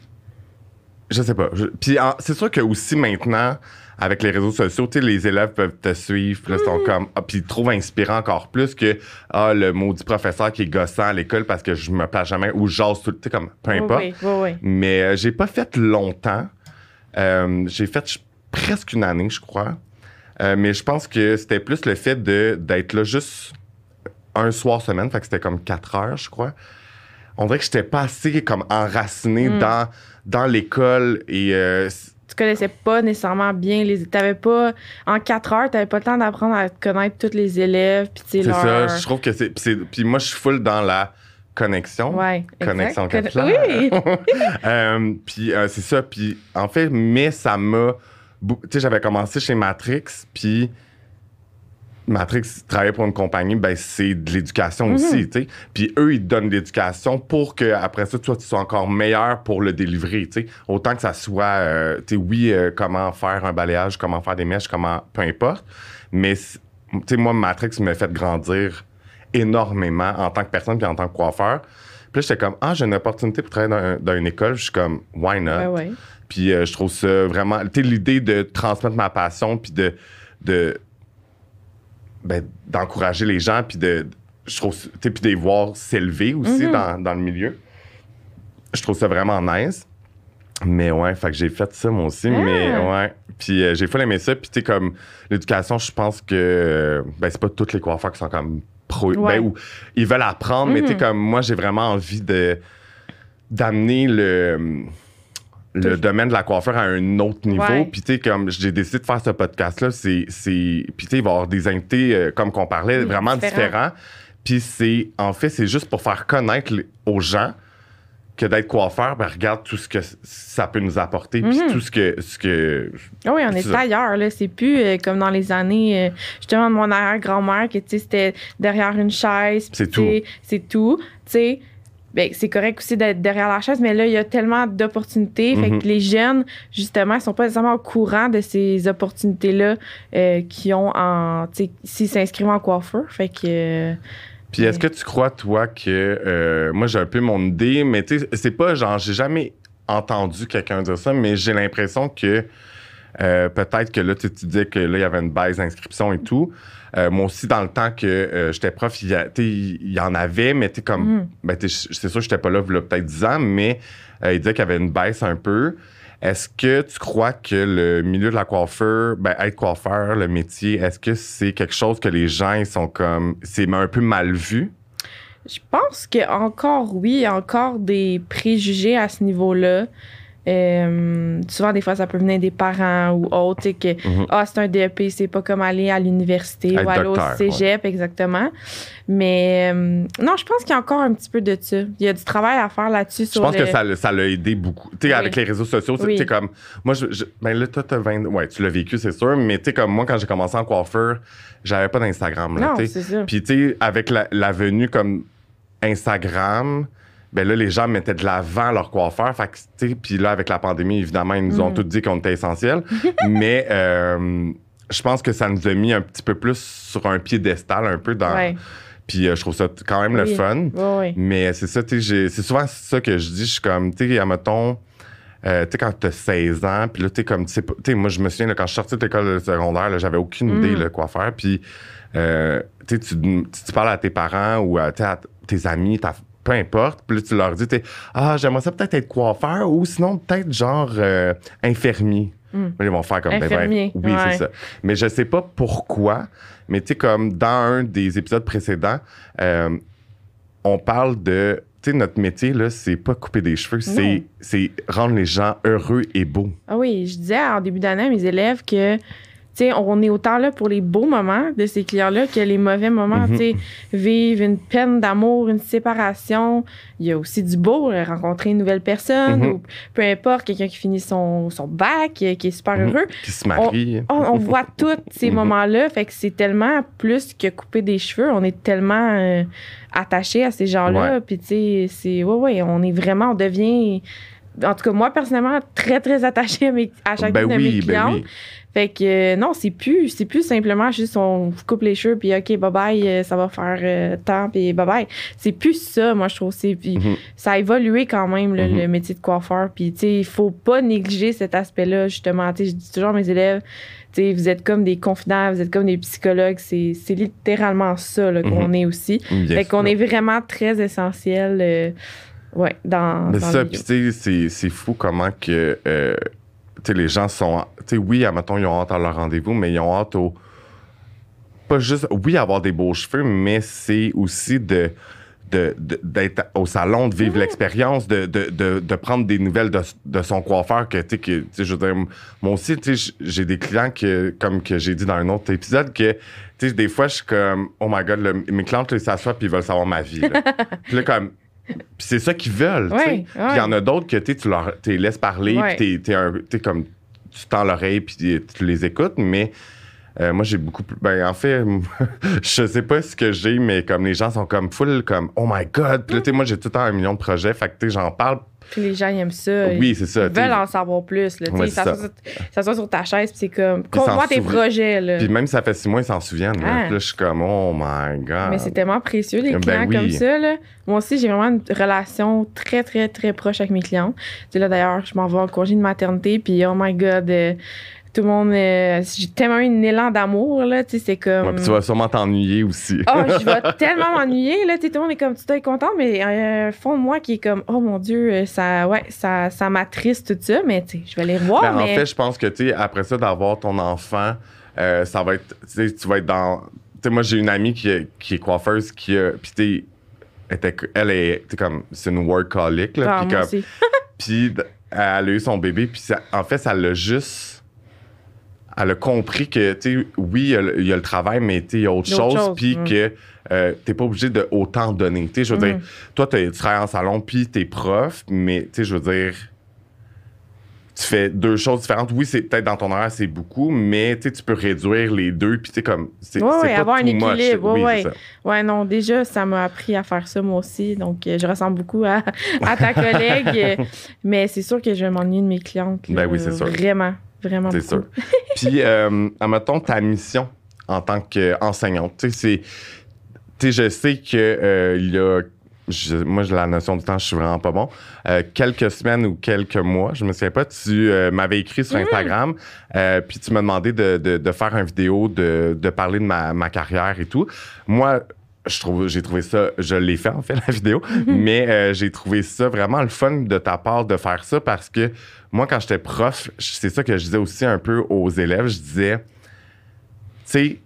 S1: je sais pas. je- Puis en- c'est sûr que aussi maintenant avec les réseaux sociaux, tu sais, les élèves peuvent te suivre, puis là, ils sont comme ah, puis ils trouvent inspirant encore plus que ah le maudit professeur qui est gossant à l'école parce que je me place jamais ou je jase tout, tu sais comme peu
S2: Oui,
S1: importe.
S2: oui, oui, oui.
S1: Mais euh, j'ai pas fait longtemps. Euh, j'ai fait ch- presque une année, je crois. Euh, mais je pense que c'était plus le fait de, d'être là juste un soir semaine. Fait que c'était comme quatre heures, je crois. On dirait que j'étais pas assez comme enraciné
S2: Mm.
S1: dans, dans l'école. Et euh,
S2: Tu connaissais pas nécessairement bien les... T'avais pas... En quatre heures, t'avais pas le temps d'apprendre à connaître tous les élèves, puis tu sais,
S1: c'est
S2: leur...
S1: ça. Je trouve que c'est... Puis, c'est- puis moi, je suis full dans la connexion.
S2: Ouais,
S1: Connexion
S2: exact.
S1: capillaire.
S2: Oui!
S1: Euh, puis euh, c'est ça. Puis en fait, mais ça m'a... bou- Tu sais, j'avais commencé chez Matrix, puis Matrix travaillait pour une compagnie, ben c'est de l'éducation
S2: Mhm.
S1: aussi, tu sais. Puis eux, ils te donnent de l'éducation pour que après ça, toi, tu sois encore meilleur pour le délivrer, tu sais. Autant que ça soit, euh, tu sais, oui, euh, comment faire un balayage, comment faire des mèches, comment... Peu importe. Mais, tu sais, moi, Matrix m'a fait grandir énormément en tant que personne puis en tant que coiffeur. Puis là, j'étais comme, ah, j'ai une opportunité pour travailler dans, un- dans une école. Je suis comme, why not?
S2: Ouais, ouais.
S1: Puis euh, je trouve ça vraiment... Tu sais, l'idée de transmettre ma passion puis de... de ben, d'encourager les gens puis de... Je trouve... Tu sais, puis de les voir s'élever aussi
S2: Mhm.
S1: dans, dans le milieu. Je trouve ça vraiment nice. Mais ouais, fait que j'ai fait ça moi aussi.
S2: Ah.
S1: Mais ouais. Puis euh, j'ai full aimé ça. Puis tu sais, comme l'éducation, je pense que... euh, ben, c'est pas tous les coiffeurs qui sont comme pro...
S2: Ouais.
S1: Ben, ou ils veulent apprendre, mais tu sais,
S2: Mhm.
S1: comme moi, j'ai vraiment envie de d'amener le le
S2: Tout-
S1: domaine de la coiffure à un autre niveau.
S2: Ouais.
S1: Puis, tu sais, comme j'ai décidé de faire ce podcast-là, c'est. c'est... Puis, tu sais, il va y avoir des invités, euh, comme qu'on parlait,
S2: Oui,
S1: vraiment
S2: différents.
S1: différents. Puis, c'est. En fait, c'est juste pour faire connaître les- aux gens que d'être coiffeur, ben, regarde tout ce que ça peut nous apporter. Puis,
S2: Mhm.
S1: tout ce que. Ce que...
S2: Ah oui, on
S1: C'est
S2: est
S1: ça.
S2: ailleurs, là. C'est plus euh, comme dans les années, euh, justement, de mon arrière-grand-mère, que, tu sais, c'était derrière une chaise.
S1: C'est
S2: puis, tu sais, C'est tout. Tu sais, ben, c'est correct aussi d'être derrière la chaise, mais là, il y a tellement d'opportunités. Fait
S1: Mhm.
S2: que les jeunes, justement, ils sont pas nécessairement au courant de ces opportunités-là euh, qu'ils ont en, tu sais, s'ils s'inscrivent en coiffeur. Fait que... euh,
S1: Puis est-ce que tu crois, toi, que... euh, moi, j'ai un peu mon idée, mais tu sais, c'est pas genre... J'ai jamais entendu quelqu'un dire ça, mais j'ai l'impression que euh, peut-être que là, tu tu disais que là, il y avait une baisse d'inscription et tout. Euh, moi aussi, dans le temps que euh, j'étais prof, il y, a- tu sais, il y en avait, mais tu sais, comme...
S2: Mhm.
S1: Ben, tu sais, c'est sûr que j'étais pas là, il y a peut-être dix ans, mais euh, il disait qu'il y avait une baisse un peu. Est-ce que tu crois que le milieu de la coiffeur, ben, être coiffeur, le métier, est-ce que c'est quelque chose que les gens, ils sont comme... C'est un peu mal vu?
S2: Je pense que encore oui, il y a encore des préjugés à ce niveau-là. Euh, souvent, des fois, ça peut venir des parents ou autres, tu sais, que
S1: Mhm.
S2: ah, c'est un D E P, c'est pas comme aller à l'université
S1: Être
S2: ou aller
S1: docteur,
S2: au cégep, exactement. Mais euh, non, je pense qu'il y a encore un petit peu de ça. Il y a du travail à faire là-dessus.
S1: Je
S2: sur
S1: pense
S2: le...
S1: que ça l'a ça l'a aidé beaucoup. Tu sais,
S2: Oui.
S1: avec les réseaux sociaux, c'est
S2: Oui.
S1: tu sais, comme... Moi, je, je- ben là, toi, t'as vingt... Ouais, tu l'as vécu, c'est sûr, mais tu sais, comme moi, quand j'ai commencé en coiffeur, j'avais pas d'Instagram, là,
S2: Non,
S1: tu sais.
S2: c'est ça.
S1: Puis, tu sais, avec la, la venue comme Instagram, ben là, les gens mettaient de l'avant leur coiffeur. Fait que, tu sais, puis là, avec la pandémie, évidemment, ils nous ont
S2: Mm.
S1: tous dit qu'on était essentiels. mais euh, je pense que ça nous a mis un petit peu plus sur un piédestal, un peu dans...
S2: Ouais.
S1: Puis euh, je trouve ça t- quand même le
S2: Oui.
S1: fun.
S2: Ouais, ouais.
S1: Mais c'est ça, tu sais, j'ai- c'est souvent ça que je dis. Je suis comme, tu sais, admettons, euh, tu sais, quand t'as seize ans, puis là, tu sais, comme, tu sais, pas- tu sais, moi, je me souviens, là, quand je suis sorti de l'école secondaire, là, j'avais aucune
S2: Mm.
S1: idée, là, quoi faire. Puis, euh, tu sais, tu tu parles à tes parents ou à, tu sais, à t- tes amis, ta- peu importe, puis là, tu leur dis, tu sais, ah, j'aimerais ça peut-être être coiffeur ou sinon, peut-être genre euh, infirmier.
S2: Mm.
S1: Là, ils vont faire comme, ben,
S2: Infirmier,
S1: ben, oui,
S2: ouais.
S1: c'est ça. Mais je sais pas pourquoi, mais tu sais, comme dans un des épisodes précédents, euh, on parle de, tu sais, notre métier, là, c'est pas couper des cheveux, c'est, c'est rendre les gens heureux et beaux.
S2: Ah oui, je disais en début d'année à mes élèves que, tu sais, on est autant là pour les beaux moments de ces clients-là que les mauvais moments.
S1: Mhm.
S2: Tu sais, vivre une peine d'amour, une séparation. Il y a aussi du beau, euh, rencontrer une nouvelle personne
S1: Mhm.
S2: ou peu importe, quelqu'un qui finit son, son bac, euh, qui est super
S1: Mhm.
S2: heureux.
S1: Qui se marient.
S2: On, on voit tous ces
S1: Mhm.
S2: moments-là. Fait que c'est tellement plus que couper des cheveux. On est tellement euh, attachés à ces gens-là.
S1: Ouais.
S2: Puis, tu sais, c'est. Ouais, ouais, on est vraiment. On devient. En tout cas, moi, personnellement, très, très attachée à, mes, à chacune
S1: Ben
S2: de mes
S1: oui, ben
S2: clientes.
S1: oui.
S2: Fait que euh, non, c'est plus, c'est plus simplement juste on coupe les cheveux puis OK, bye bye, euh, ça va faire euh, temps puis bye bye. C'est plus ça, moi je trouve. C'est, puis
S1: Mhm.
S2: ça a évolué quand même là,
S1: Mhm.
S2: le métier de coiffeur. Puis tu sais, il faut pas négliger cet aspect-là justement. Tu sais, je dis toujours à mes élèves, tu sais, vous êtes comme des confidents, vous êtes comme des psychologues. C'est, c'est littéralement ça là, qu'on
S1: Mhm.
S2: est aussi.
S1: Bien
S2: Fait qu'on
S1: sûr.
S2: est vraiment très essentiel. euh, ouais, dans.
S1: Mais
S2: dans
S1: ça,
S2: le
S1: puis
S2: milieu.
S1: tu sais, c'est, c'est fou comment que, euh, tu sais, les gens sont, tu sais, oui, admettons, ils ont hâte à leur rendez-vous, mais ils ont hâte au, pas juste, oui, avoir des beaux cheveux, mais c'est aussi de, de, de- d'être au salon, de vivre l'expérience, de, de, de, de prendre des nouvelles de, de son coiffeur, que, tu sais, que, tu sais, je veux dire, moi aussi, tu sais, j'ai des clients que, comme que j'ai dit dans un autre épisode, que, tu sais, des fois, je suis comme, oh my God, le- mes clientes, là, ils s'assoient puis ils veulent savoir ma vie, là. Puis là, comme, puis c'est ça qu'ils veulent, tu sais.
S2: Ouais,
S1: Puis il y en a d'autres que tu sais, tu leur tu les laisses parler,
S2: Ouais.
S1: puis t'es, t'es un- t'es comme tu tends l'oreille, puis tu les écoutes, mais euh, moi j'ai beaucoup plus. Ben en fait, je sais pas ce que j'ai, mais comme les gens sont comme full, comme oh my god, puis là, tu sais, moi j'ai tout le temps un million de projets, fait que tu sais, j'en parle.
S2: Puis les gens, ils aiment ça.
S1: Oui, c'est ça.
S2: Ils
S1: tu sais.
S2: veulent en savoir plus. Là,
S1: Ouais,
S2: tu sais,
S1: c'est
S2: ça
S1: ça.
S2: s'assoit sur ta chaise, puis c'est comme,
S1: Ils s'en
S2: conte-moi tes
S1: souviennent.
S2: projets. Là.
S1: Puis même si ça fait six mois, ils s'en souviennent. Là.
S2: Ah.
S1: Puis là, je suis comme oh my god.
S2: Mais c'est tellement précieux, les
S1: Ben
S2: clients
S1: oui.
S2: comme ça. Là. Moi aussi, j'ai vraiment une relation très, très, très proche avec mes clients. Tu sais, là, d'ailleurs, je m'en vais en congé de maternité, puis oh my God, euh, tout le monde... euh, j'ai tellement eu un élan d'amour, là, tu sais, c'est comme...
S1: Ouais, puis tu vas sûrement t'ennuyer aussi.
S2: Oh, je vais tellement m'ennuyer, là, tu sais, tout le monde est comme, tu dois être content, mais un fond de moi qui est comme, oh mon Dieu, euh, ça, ouais, ça, ça m'attriste tout ça, mais tu sais, je vais les revoir,
S1: Ben,
S2: mais...
S1: En fait, je pense que, tu sais, après ça, d'avoir ton enfant, euh, ça va être, tu sais, tu vas être dans... Tu sais, moi, j'ai une amie qui est, qui est coiffeuse, qui a... Puis, tu sais, était- elle est, tu sais, comme, c'est une workaholic, là.
S2: Ah,
S1: puis
S2: moi
S1: comme-
S2: aussi.
S1: puis d- elle a eu son bébé, puis ça- en fait, ça l'a juste... Elle a compris que, tu sais, oui, il y, a le- il y a le travail, mais tu sais, il y a autre
S2: D'autres
S1: chose,
S2: choses,
S1: puis
S2: mm.
S1: que euh, t'es pas obligé de autant donner. Tu sais, je veux
S2: Mm.
S1: dire, toi, t'as- tu travailles en salon, puis t'es prof, mais, tu sais, je veux dire... tu fais deux choses différentes. Oui, c'est peut-être dans ton horaire, c'est beaucoup, mais tu peux réduire les deux, puis tu sais, comme, c'est
S2: ouais,
S1: c'est
S2: ouais,
S1: pas
S2: avoir un
S1: too
S2: équilibre.
S1: much.
S2: Ouais,
S1: Oui,
S2: ouais.
S1: c'est ça.
S2: Ouais, non, déjà, ça m'a appris à faire ça, moi aussi. Donc, euh, je ressemble beaucoup à, à ta collègue. euh, mais c'est sûr que je vais m'ennuyer de mes clientes. Là,
S1: Ben oui, c'est sûr.
S2: Vraiment, vraiment
S1: C'est
S2: beaucoup.
S1: sûr. Puis, euh, admettons, ta mission en tant qu'enseignante, tu sais, c'est... Tu sais, je sais que euh, il y a... Je, moi, j'ai la notion du temps, je suis vraiment pas bon. Euh, quelques semaines ou quelques mois, je me souviens pas, tu euh, m'avais écrit sur Instagram, euh, puis tu m'as demandé de, de, de faire une vidéo, de, de parler de ma, ma carrière et tout. Moi, je trouve, j'ai trouvé ça, je l'ai fait en fait, la vidéo, mais euh, j'ai trouvé ça vraiment le fun de ta part de faire ça parce que moi, quand j'étais prof, c'est ça que je disais aussi un peu aux élèves, je disais, tu sais,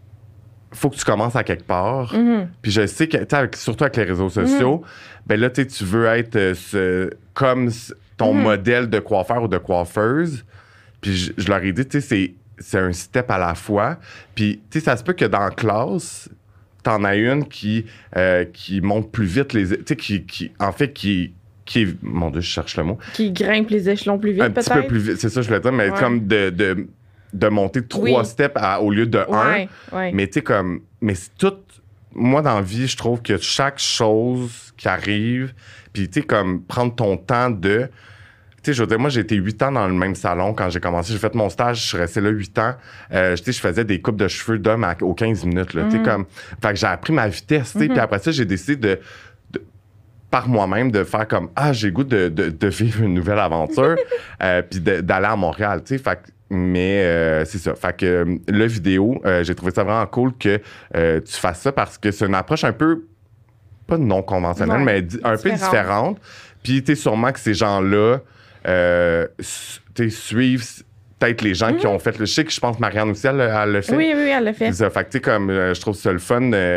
S1: faut que tu commences à quelque part.
S2: Mm-hmm.
S1: Puis je sais que, tu sais, surtout avec les réseaux sociaux, mm-hmm. ben là, tu sais, tu veux être euh, ce, comme ton mm-hmm. modèle de coiffeur ou de coiffeuse. Puis je, je leur ai dit, tu sais, c'est, c'est un step à la fois. Puis, tu sais, ça se peut que dans la classe, t'en as une qui, euh, qui monte plus vite les... Tu sais, qui, qui, en fait, qui... qui est, mon Dieu, je cherche le mot.
S2: Qui grimpe les échelons plus vite,
S1: un
S2: peut-être?
S1: Un petit peu plus vite, c'est ça, je voulais dire, mais ouais. comme de... de de monter trois oui. steps à, au lieu de
S2: ouais,
S1: un.
S2: Ouais.
S1: Mais tu sais, comme... Mais c'est tout... Moi, dans la vie, je trouve que chaque chose qui arrive, puis tu sais, comme prendre ton temps de... Tu sais, je veux dire, moi, j'ai été huit ans dans le même salon quand j'ai commencé. J'ai fait mon stage, je suis resté là huit ans. Euh, tu sais, je faisais des coupes de cheveux d'hommes aux quinze minutes, là. Mm-hmm. Tu sais, comme... Fait que j'ai appris ma vitesse, tu sais. Mm-hmm. Puis après ça, j'ai décidé de... de par moi-même, de faire comme... Ah, j'ai le goût de, de, de vivre une nouvelle aventure. euh, puis d'aller à Montréal, tu sais. Fait que Mais euh, c'est ça. Fait que euh, la vidéo, euh, j'ai trouvé ça vraiment cool que euh, tu fasses ça parce que c'est une approche un peu, pas non conventionnelle, ouais, mais di- un différente. peu différente. Puis tu sais, sûrement que ces gens-là, euh, tu sais, suivent peut-être les gens mmh. qui ont fait le chic. Je pense que Marianne aussi, elle, elle l'a fait.
S2: Oui, oui, elle l'a fait.
S1: C'est ça. Fait que tu sais, comme euh, je trouve ça le fun, euh,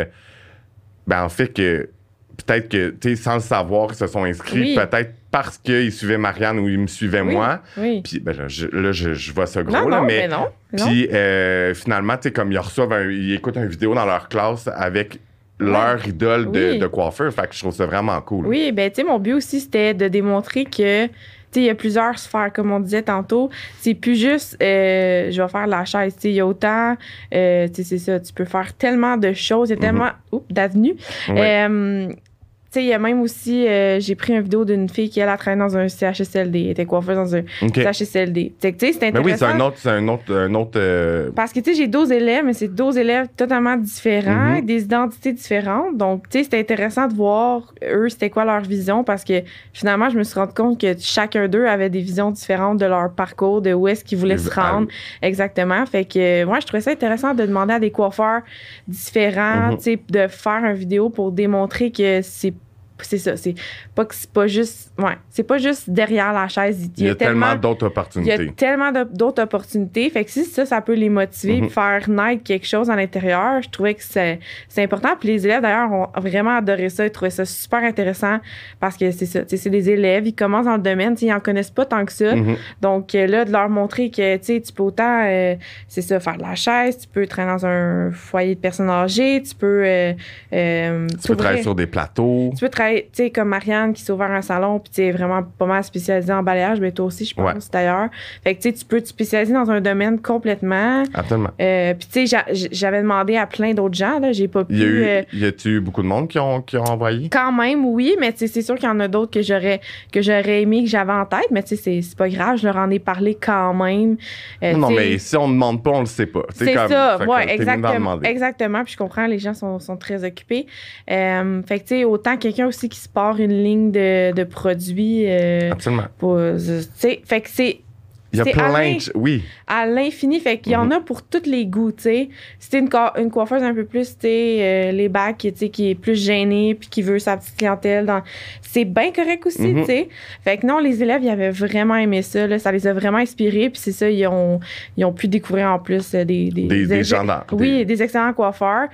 S1: ben en fait que peut-être que, tu sais, sans le savoir, ils se sont inscrits, oui. peut-être parce qu'ils suivaient Marianne ou ils me suivaient
S2: oui.
S1: moi.
S2: Oui.
S1: Puis ben, là, je, là, je, je vois ça gros.
S2: Non,
S1: là,
S2: non,
S1: mais,
S2: mais non.
S1: Puis euh, finalement, tu sais, comme ils reçoivent, un, ils écoutent une vidéo dans leur classe avec leur oui. idole de, oui. de coiffeur. Fait que je trouve ça vraiment cool.
S2: Oui, ben tu sais, mon but aussi, c'était de démontrer que il y a plusieurs sphères, comme on disait tantôt. C'est plus juste, euh, je vais faire la chaise. Il y a autant, euh, c'est ça, tu peux faire tellement de choses, il y a tellement mm-hmm. oups, d'avenues. Oui. Euh, il y a même aussi, euh, j'ai pris une vidéo d'une fille qui, elle, a travaillé dans un C H S L D. Elle était coiffeuse dans un okay. C H S L D. Tu sais, c'est intéressant.
S1: Mais oui, c'est un autre... C'est un autre, un autre euh...
S2: Parce que, tu sais, j'ai douze élèves, mais c'est douze élèves totalement différents, mm-hmm. des identités différentes. Donc, tu sais, c'était intéressant de voir, eux, c'était quoi leur vision, parce que, finalement, je me suis rendu compte que chacun d'eux avait des visions différentes de leur parcours, de où est-ce qu'ils voulaient se rendre. Ah, exactement. Fait que, moi, je trouvais ça intéressant de demander à des coiffeurs différents, mm-hmm. tu sais, de faire une vidéo pour démontrer que c'est c'est ça, c'est pas que c'est pas juste ouais, c'est pas juste derrière la chaise, il y a,
S1: il y a tellement, tellement d'autres opportunités.
S2: Il y a tellement de, d'autres opportunités, fait que si ça ça peut les motiver, mm-hmm. faire naître quelque chose à l'intérieur, je trouvais que c'est c'est important. Puis les élèves d'ailleurs ont vraiment adoré ça, ils trouvaient ça super intéressant parce que c'est ça, tu sais, c'est des élèves, ils commencent dans le domaine, ils en connaissent pas tant que ça. Mm-hmm. Donc là de leur montrer que tu sais, tu peux autant euh, c'est ça, faire de la chaise, tu peux travailler dans un foyer de personnes âgées, tu peux euh, euh,
S1: tu peux travailler sur des plateaux.
S2: Tu peux travailler tu sais, comme Marianne qui s'est ouvert un salon, puis tu es vraiment pas mal spécialisée en balayage, mais toi aussi, je pense, ouais. d'ailleurs. Fait que tu sais, tu peux te spécialiser dans un domaine complètement.
S1: Absolument.
S2: Euh, puis tu sais, j'avais demandé à plein d'autres gens, là, j'ai pas pu.
S1: Il y a eu,
S2: euh,
S1: y a-tu eu beaucoup de monde qui ont, qui ont envoyé?
S2: Quand même, oui, mais tu sais, c'est sûr qu'il y en a d'autres que j'aurais, que j'aurais aimé, que j'avais en tête, mais tu sais, c'est, c'est pas grave, je leur en ai parlé quand même.
S1: Euh, non, mais si on ne demande pas, on le sait pas.
S2: C'est comme, ça, oui, exactement. Exactement, puis je comprends, les gens sont, sont très occupés. Euh, fait que tu sais, autant quelqu'un aussi qui se part une ligne de, de produits. Euh,
S1: Absolument.
S2: Pour, tu sais, fait que c'est.
S1: Il y a
S2: c'est
S1: plein
S2: à
S1: de... Oui.
S2: À l'infini. Fait qu'il y en
S1: mm-hmm.
S2: a pour tous les goûts, tu sais. Si t'es une, co- une coiffeuse un peu plus, tu sais, euh, les bacs, tu sais, qui est plus gênée puis qui veut sa petite clientèle, dans... c'est bien correct aussi, mm-hmm. tu sais. Fait que non, les élèves, ils avaient vraiment aimé ça, là. Ça les a vraiment inspirés. Puis c'est ça, ils ont, ils ont pu découvrir en plus des... Des,
S1: des, des gens dans...
S2: Oui,
S1: des...
S2: des excellents coiffeurs. Puis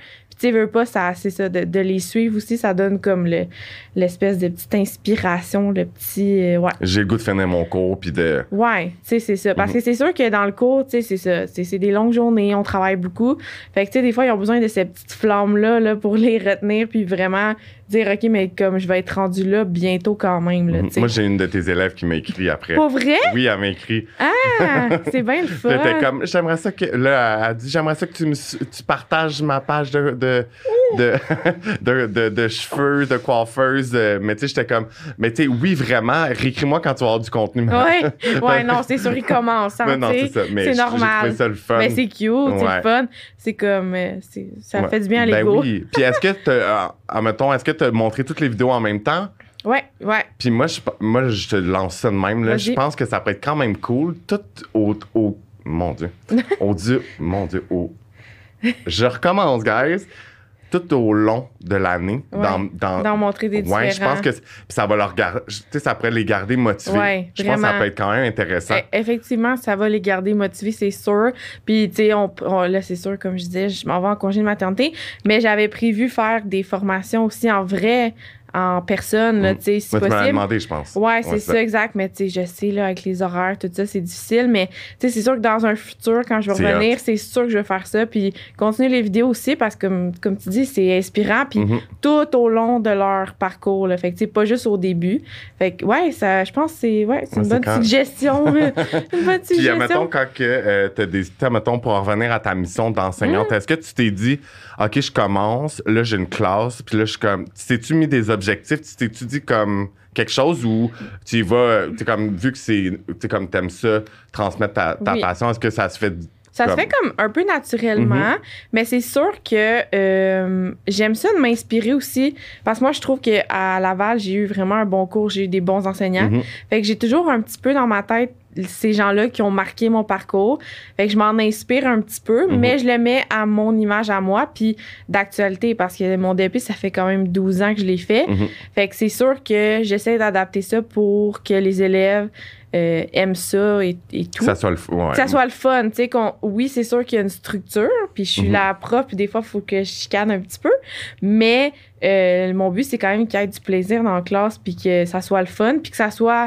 S2: tu sais, veux pas, ça, c'est ça, de, de les suivre aussi, ça donne comme le, l'espèce de petite inspiration, le petit... Euh, ouais.
S1: J'ai le goût de finir mon cours, puis de...
S2: Ouais, tu sais, c'est ça. Parce
S1: Mm-hmm.
S2: que c'est sûr que dans le cours, tu sais, c'est ça. C'est, c'est des longues journées, on travaille beaucoup. Fait que, tu sais, des fois, ils ont besoin de ces petites flammes-là là, pour les retenir, puis vraiment dire, OK, mais comme je vais être rendu là bientôt quand même, là, tu sais.
S1: Moi, j'ai une de tes élèves qui m'a écrit après.
S2: Pas vrai?
S1: Oui, elle m'a écrit.
S2: Ah, c'est bien le fun.
S1: C'était comme, j'aimerais ça que, là, elle a dit, j'aimerais ça que tu, me, tu partages ma page de, de, de, de, de, de cheveux, de coiffeuse. euh, Mais tu sais, j'étais comme, mais tu sais, oui, vraiment, réécris-moi quand tu vas avoir du contenu.
S2: Ouais, ouais, non, c'est sûr, il commence, hein,
S1: Mais non,
S2: tu sais.
S1: c'est ça. Mais
S2: c'est
S1: j'ai- J'ai
S2: normal.
S1: trouvé ça le fun.
S2: Mais c'est cute, c'est
S1: Ouais.
S2: le fun. C'est comme, euh, c'est, ça
S1: Ouais.
S2: fait du bien à
S1: Ben
S2: l'ego.
S1: oui. Puis est-ce que t'as, euh, mettons, est-ce que tu as montré toutes les vidéos en même temps?
S2: Ouais, ouais.
S1: Puis moi, je, moi, je te lance ça de même. Là.
S2: Vas-y.
S1: Je pense que ça peut être quand même cool. Tout au... au mon Dieu. Au Dieu. Mon Dieu. Au, je recommence, guys. Tout au long de l'année.
S2: Ouais.
S1: Dans, dans,
S2: D'en montrer des
S1: ouais, je
S2: différents.
S1: pense que c'est- puis ça va leur garder. Tu sais, ça pourrait les garder motivés.
S2: Ouais,
S1: je pense que ça
S2: vraiment.
S1: peut être quand même intéressant.
S2: E- Effectivement, ça va les garder motivés, c'est sûr. Puis, tu sais, on, on- là, c'est sûr, comme je disais, je m'en vais en congé de maternité, mais j'avais prévu faire des formations aussi en vrai, en personne, là,
S1: Mm.
S2: tu sais, si
S1: Moi, tu m'as
S2: possible.
S1: demandé, je pense.
S2: Ouais, c'est ça, exact. Mais tu sais, je sais, là, avec les horaires, tout ça, c'est difficile. Mais tu sais, c'est sûr que dans un futur, quand je vais
S1: C'est
S2: revenir,
S1: hot.
S2: c'est sûr que je vais faire ça. Puis continuer les vidéos aussi, parce que, comme, comme tu dis, c'est inspirant. Puis
S1: Mhm.
S2: tout au long de leur parcours, là. Fait que, tu sais, pas juste au début. Fait que, ouais, ça, je pense que c'est, ouais, c'est
S1: Ouais,
S2: une
S1: c'est
S2: bonne
S1: quand-
S2: suggestion. une bonne
S1: Puis,
S2: suggestion.
S1: mettons, quand que, euh, t'as des. t'as, mettons, pour en revenir à ta mission d'enseignante,
S2: Mm.
S1: est-ce que tu t'es dit, OK, je commence, là, j'ai une classe, puis là, je suis comme. Tu t'es-tu mis des objectifs? Tu t'es-tu dit comme quelque chose où tu y vas, tu comme, vu que c'est. Tu comme, t'aimes ça, transmettre ta, ta
S2: Oui.
S1: passion, est-ce que ça se fait.
S2: Ça se
S1: comme-
S2: fait comme un peu naturellement,
S1: Mhm.
S2: mais c'est sûr que euh, j'aime ça de m'inspirer aussi, parce que moi, je trouve qu'à Laval, j'ai eu vraiment un bon cours, j'ai eu des bons enseignants.
S1: Mhm.
S2: Fait que j'ai toujours un petit peu dans ma tête ces gens-là qui ont marqué mon parcours. Fait que je m'en inspire un petit peu,
S1: Mhm.
S2: mais je le mets à mon image à moi, puis d'actualité, parce que mon D E P, ça fait quand même douze ans que je l'ai fait.
S1: Mhm.
S2: Fait que c'est sûr que j'essaie d'adapter ça pour que les élèves euh, aiment ça et, et tout.
S1: Que ça soit le. f- Ouais.
S2: Que ça soit le fun, tu sais, qu'on, oui, c'est sûr qu'il y a une structure, puis je suis
S1: Mhm.
S2: la prof, puis des fois, il faut que je chicane un petit peu, mais euh, mon but, c'est quand même qu'il y ait du plaisir dans la classe, puis que ça soit le fun, puis que ça soit,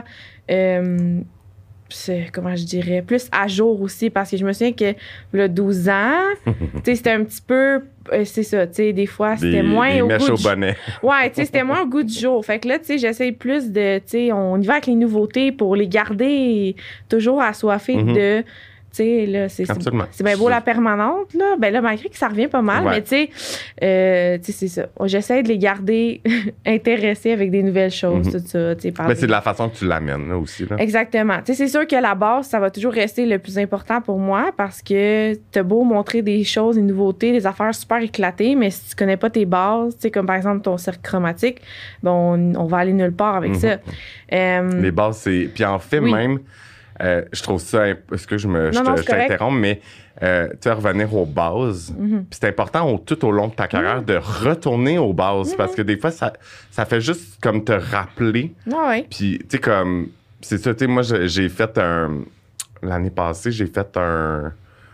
S2: euh, c'est- comment je dirais, plus à jour aussi, parce que je me souviens que, le douze ans, tu sais, c'était un petit peu, euh, c'est ça, tu sais, des fois, c'était
S1: Des,
S2: moins
S1: des
S2: au
S1: mèches
S2: goût
S1: au
S2: du
S1: bonnet.
S2: Ouais, tu sais, c'était moins au goût du jour. Fait que là, tu sais, j'essaie plus de, tu sais, on y va avec les nouveautés pour les garder toujours assoiffés
S1: Mhm.
S2: de, tu sais, là, c'est, c'est,
S1: Absolument.
S2: c'est bien beau la permanente, là. Ben là, malgré que ça revient pas mal,
S1: Ouais.
S2: mais tu sais, euh, tu sais, c'est ça. J'essaie de les garder intéressés avec des nouvelles choses,
S1: Mhm.
S2: tout ça, tu sais, par
S1: Mais
S2: des-
S1: c'est de la façon que tu l'amènes, là, aussi. Là.
S2: Exactement. Tu sais, c'est sûr que la base, ça va toujours rester le plus important pour moi parce que t'as beau montrer des choses, des nouveautés, des affaires super éclatées, mais si tu connais pas tes bases, tu sais, comme par exemple ton cercle chromatique, bon, on, on va aller nulle part avec
S1: Mhm.
S2: ça. Euh,
S1: Les bases, c'est. Puis en fait,
S2: Oui.
S1: même, euh, je trouve ça. imp- Est-ce que je me. je
S2: Non,
S1: te-
S2: non,
S1: je
S2: c'est correct.
S1: t'interromps, mais euh, tu sais, revenir aux bases.
S2: mhm.
S1: Puis c'est important au- tout au long de ta carrière de retourner aux bases parce que des fois, ça, ça fait juste comme te rappeler.
S2: Ah ouais.
S1: Puis, tu sais, comme. C'est ça, tu sais, moi, j'ai j'ai fait un. L'année passée, j'ai fait un.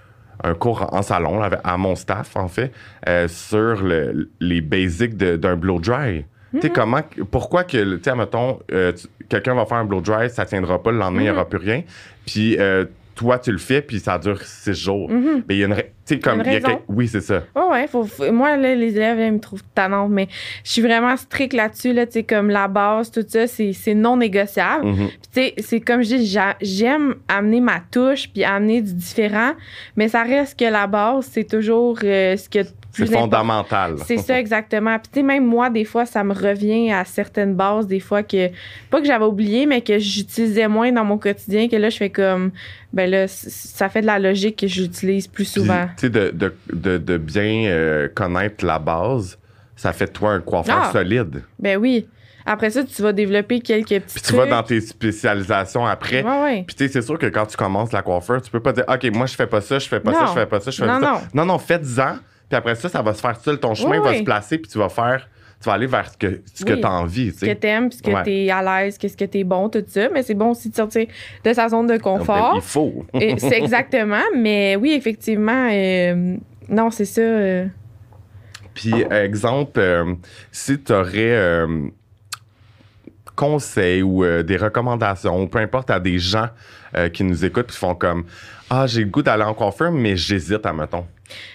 S1: Un cours en salon là, avec- à mon staff, en fait, euh, sur le- les basics de- d'un blow dry. Tu sais, comment, pourquoi que, tu sais, mettons, euh, tu- quelqu'un va faire un blow dry, ça tiendra pas, le lendemain, il n'y aura plus rien. Puis, euh, toi, tu le fais, puis ça dure six jours.
S2: Mhm.
S1: Mais il y a une. ra- Tu sais, comme.
S2: Une
S1: il y a
S2: raison.
S1: quel- Oui, c'est ça.
S2: Ouais, ouais. Faut, faut- moi, là, les élèves, là, ils me trouvent tannante, mais je suis vraiment stricte là-dessus, là, tu sais, comme la base, tout ça, c'est, c'est non négociable.
S1: Mhm.
S2: Puis, tu sais, c'est comme je dis, j'a- j'aime amener ma touche puis amener du différent, mais ça reste que la base, c'est toujours euh, ce que
S1: C'est
S2: plus important.
S1: fondamental.
S2: C'est ça, exactement. Puis, tu sais, même moi, des fois, ça me revient à certaines bases, des fois que, pas que j'avais oublié, mais que j'utilisais moins dans mon quotidien, que là, je fais comme, ben là, c- ça fait de la logique que j'utilise plus
S1: Puis,
S2: souvent.
S1: tu sais, de, de, de, de bien euh, connaître la base, ça fait de toi un coiffeur
S2: Ah.
S1: solide.
S2: Ben oui. Après ça, tu vas développer quelques petits
S1: Puis tu vas dans tes spécialisations après.
S2: Ouais, ouais.
S1: Puis tu sais, c'est sûr que quand tu commences la coiffeur, tu peux pas dire OK, moi je fais pas ça, je fais pas ça,
S2: Non.
S1: je fais pas ça, je fais
S2: Non,
S1: pas
S2: non.
S1: ça. Non, non, faites-en. Puis après ça, ça va se faire seul. Ton chemin
S2: Ouais,
S1: va
S2: ouais.
S1: se placer, puis tu vas faire. Tu vas aller vers ce que, ce que
S2: Oui.
S1: tu as envie. Tu
S2: Ce que
S1: sais.
S2: t'aimes, puis ce que
S1: Ouais.
S2: t'es à l'aise, qu'est-ce que t'es bon, tout ça. Mais c'est bon aussi de sortir de sa zone de
S1: Ben,
S2: confort.
S1: il faut.
S2: Et c'est exactement. Mais oui, effectivement, euh, non, c'est ça. euh,
S1: Puis, euh, exemple, euh, si tu aurais euh, conseils ou euh, des recommandations, ou peu importe, à des gens euh, qui nous écoutent puis font comme « Ah, j'ai le goût d'aller en coiffeur, mais j'hésite, admettons. »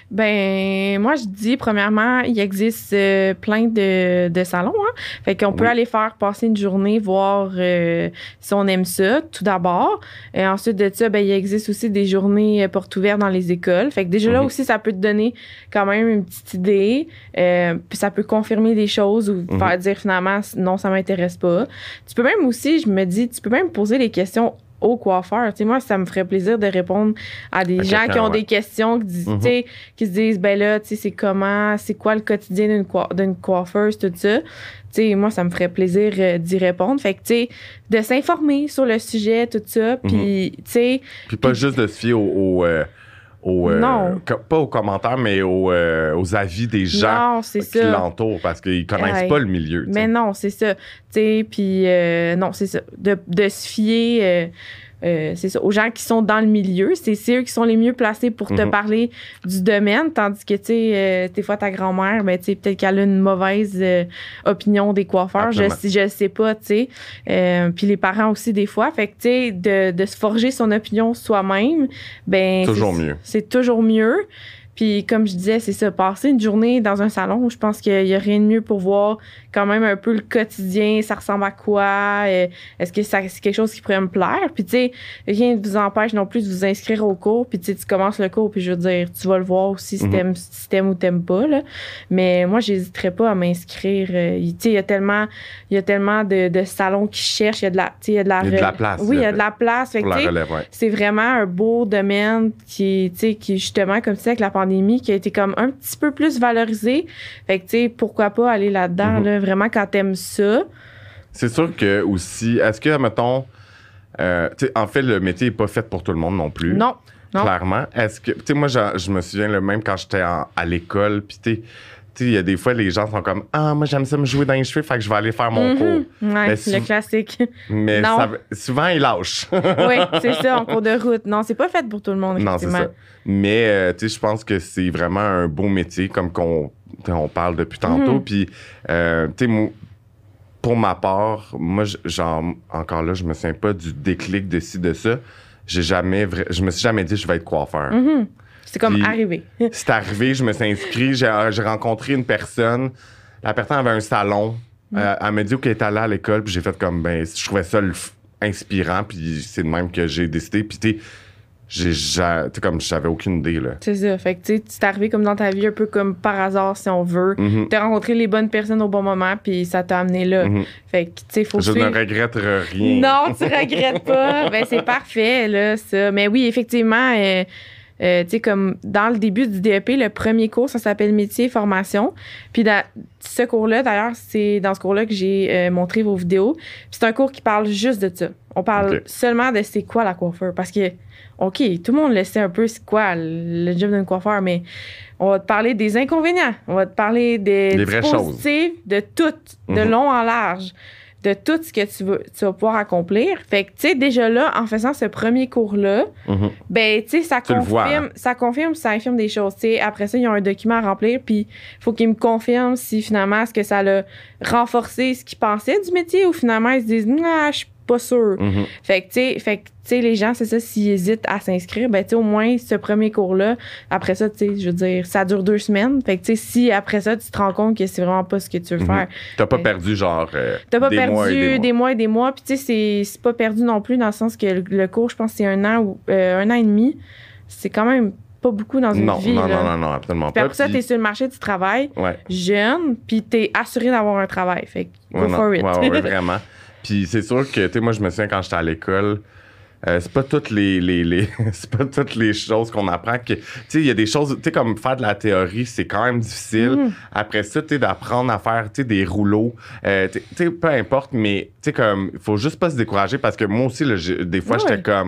S2: Ben, moi, je dis, premièrement, il existe euh, plein de, de salons. Hein? Fait qu'on peut
S1: Oui.
S2: aller faire passer une journée, voir euh, si on aime ça, tout d'abord. Et ensuite de ça, ben, il existe aussi des journées euh, portes ouvertes dans les écoles. Fait que déjà là
S1: Mhm.
S2: aussi, ça peut te donner quand même une petite idée. Euh, puis ça peut confirmer des choses ou
S1: Mhm.
S2: faire dire finalement, non, ça m'intéresse pas. Tu peux même aussi, je me dis, tu peux même poser des questions au coiffeur. Tu sais, moi, ça me ferait plaisir de répondre à des
S1: À
S2: gens
S1: quelqu'un,
S2: qui ont
S1: ouais.
S2: des questions, qui, disent,
S1: Mhm.
S2: tu sais, qui se disent, ben là, tu sais, c'est comment, c'est quoi le quotidien d'une, coi- d'une coiffeuse, tout ça. Tu sais, moi, ça me ferait plaisir euh, d'y répondre. Fait que, tu sais, de s'informer sur le sujet, tout ça. Puis, tu sais,
S1: Puis pas
S2: Puis-
S1: juste de se fier aux... aux, euh, aux, euh,
S2: Non.
S1: co- pas aux commentaires, mais aux, euh, aux avis des gens
S2: non, c'est
S1: qui
S2: ça.
S1: l'entourent parce qu'ils connaissent
S2: Ouais.
S1: pas le milieu. tu sais.
S2: Mais non, c'est ça. Tu sais, puis euh, non, c'est ça. De, de se fier, euh, euh, c'est ça, aux gens qui sont dans le milieu. C'est, c'est eux qui sont les mieux placés pour te
S1: Mhm.
S2: parler du domaine. Tandis que, tu sais, euh, des fois, ta grand-mère, ben, tu sais, peut-être qu'elle a une mauvaise euh, opinion des coiffeurs. Je,
S1: Absolument.
S2: je sais pas, tu sais. Euh, puis les parents aussi, des fois. Fait que, tu sais, de, de se forger son opinion soi-même, ben.
S1: Toujours
S2: c'est,
S1: mieux.
S2: C'est toujours mieux. Puis comme je disais, c'est ça, passer une journée dans un salon, je pense qu'il y a rien de mieux pour voir quand même un peu le quotidien, ça ressemble à quoi, euh, est-ce que ça, c'est quelque chose qui pourrait me plaire. Puis tu sais, rien ne vous empêche non plus de vous inscrire au cours, puis tu sais, tu commences le cours, puis je veux dire, tu vas le voir aussi si
S1: Mhm.
S2: t'aimes, si t'aimes ou t'aimes pas, là. Mais moi, j'hésiterais pas à m'inscrire. euh, Tu sais, il y a tellement, il y a tellement de, de salons qui cherchent, il y a de la, tu sais, il y a de la...
S1: Il y a de la
S2: re-
S1: place,
S2: Oui, il y
S1: là,
S2: a de la place. Fait que,
S1: Pour la
S2: tu sais,
S1: relève, ouais.
S2: c'est vraiment un beau domaine qui, tu sais, qui justement, comme tu sais, avec la pandémie, qui a été comme un petit peu plus valorisé. Fait que, tu sais, pourquoi pas aller là-dedans,
S1: Mhm.
S2: là, vraiment, quand t'aimes ça.
S1: C'est sûr que aussi, est-ce que, mettons, euh, tu sais, en fait, le métier n'est pas fait pour tout le monde non plus.
S2: Non, non.
S1: Clairement. Est-ce que, tu sais, moi, je, je me souviens, là, même quand j'étais en- à l'école, puis tu sais, tu sais, il y a des fois, les gens sont comme Ah, moi, j'aime ça me jouer dans les cheveux, fait que je vais aller faire mon
S2: Mhm.
S1: cours.
S2: Ouais,
S1: Mais
S2: le
S1: sou-
S2: classique.
S1: Mais
S2: Non.
S1: ça, souvent, ils lâchent.
S2: Oui, c'est ça, en cours de route. Non, c'est pas fait pour tout le monde,
S1: Non, c'est
S2: effectivement.
S1: ça. Mais, euh, tu sais, je pense que c'est vraiment un beau métier, comme qu'on tu sais, on parle depuis tantôt.
S2: Mhm.
S1: Puis, euh, tu sais, moi, pour ma part, moi, je- genre, encore là, je me souviens pas du déclic de ci, de ça. J'ai jamais, vra- je me suis jamais dit je vais être coiffeur.
S2: Mhm. C'est comme
S1: Puis-
S2: arrivé.
S1: C'est arrivé, je me suis inscrit, j'ai, j'ai rencontré une personne. La personne avait un salon.
S2: Mm.
S1: Euh, elle m'a dit qu'elle était allée à l'école, puis j'ai fait comme, ben, je trouvais ça le f- inspirant, puis c'est de même que j'ai décidé. Puis, tu sais, j'ai, j'ai- tu sais, comme, j'avais aucune idée, là.
S2: C'est ça. Fait que, tu sais, c'est arrivé comme dans ta vie, un peu comme par hasard, si on veut.
S1: Mhm.
S2: T'as rencontré les bonnes personnes au bon moment, puis ça t'a amené là.
S1: Mhm.
S2: Fait que, tu sais, faut
S1: Je
S2: suivre.
S1: ne regrette rien.
S2: Non, tu regrettes pas. Ben, c'est parfait, là, ça. Mais oui, effectivement, euh, euh, tu sais, comme dans le début du D E P, le premier cours, ça s'appelle métier et formation. Puis dans ce cours-là, d'ailleurs, c'est dans ce cours-là que j'ai euh, montré vos vidéos. Puis c'est un cours qui parle juste de ça. On parle
S1: Ok.
S2: seulement de c'est quoi la coiffeur. Parce que, OK, tout le monde le sait un peu c'est quoi le job d'un coiffeur, mais on va te parler des inconvénients. On va te parler des
S1: Les vraies
S2: dispositifs, de tout, de
S1: Mhm.
S2: long en large, de tout ce que tu vas, tu vas pouvoir accomplir. Fait que, tu sais, déjà là, en faisant ce premier cours-là,
S1: Mhm.
S2: ben, tu sais, ça
S1: Tu le vois,
S2: confirme,
S1: hein?
S2: ça confirme, ça infirme des choses. Tu sais, après ça, ils ont un document à remplir, puis il faut qu'ils me confirment si finalement, est-ce que ça l'a renforcé ce qu'ils pensaient du métier ou finalement, ils se disent, non, je suis pas sûr.
S1: Mhm.
S2: Fait que, tu sais, fait que, tu sais, les gens, c'est ça, s'ils hésitent à s'inscrire, ben, tu sais, au moins, ce premier cours-là, après ça, tu sais, je veux dire, ça dure deux semaines. Fait que, tu sais, si après ça, tu te rends compte que c'est vraiment pas ce que tu veux
S1: Mhm.
S2: faire,
S1: T'as pas
S2: Ouais.
S1: perdu, genre, euh,
S2: t'as pas
S1: des
S2: perdu
S1: mois et des mois.
S2: des mois et des mois. Puis, tu sais, c'est, c'est pas perdu non plus dans le sens que le, le cours, je pense, c'est un an ou euh, un an et demi. C'est quand même pas beaucoup dans une
S1: Non,
S2: vie.
S1: non,
S2: là.
S1: non, non, non, absolument
S2: Puis
S1: pas.
S2: après ça,
S1: Puis-
S2: t'es sur le marché du travail,
S1: Ouais.
S2: jeune, puis t'es assuré d'avoir un travail. Fait que go
S1: Ouais, non.
S2: for it.
S1: Ouais, ouais, ouais, vraiment. Puis c'est sûr que, tu sais, moi, je me souviens quand j'étais à l'école, euh, c'est pas toutes les, les, les c'est pas toutes les choses qu'on apprend. que Tu sais, il y a des choses, tu sais, comme faire de la théorie, c'est quand même difficile.
S2: Mhm.
S1: Après ça, tu sais, d'apprendre à faire, tu sais, des rouleaux, euh, tu sais, peu importe, mais, tu sais, comme, il faut juste pas se décourager parce que moi aussi, là, j'ai- des fois,
S2: Ouais.
S1: j'étais comme,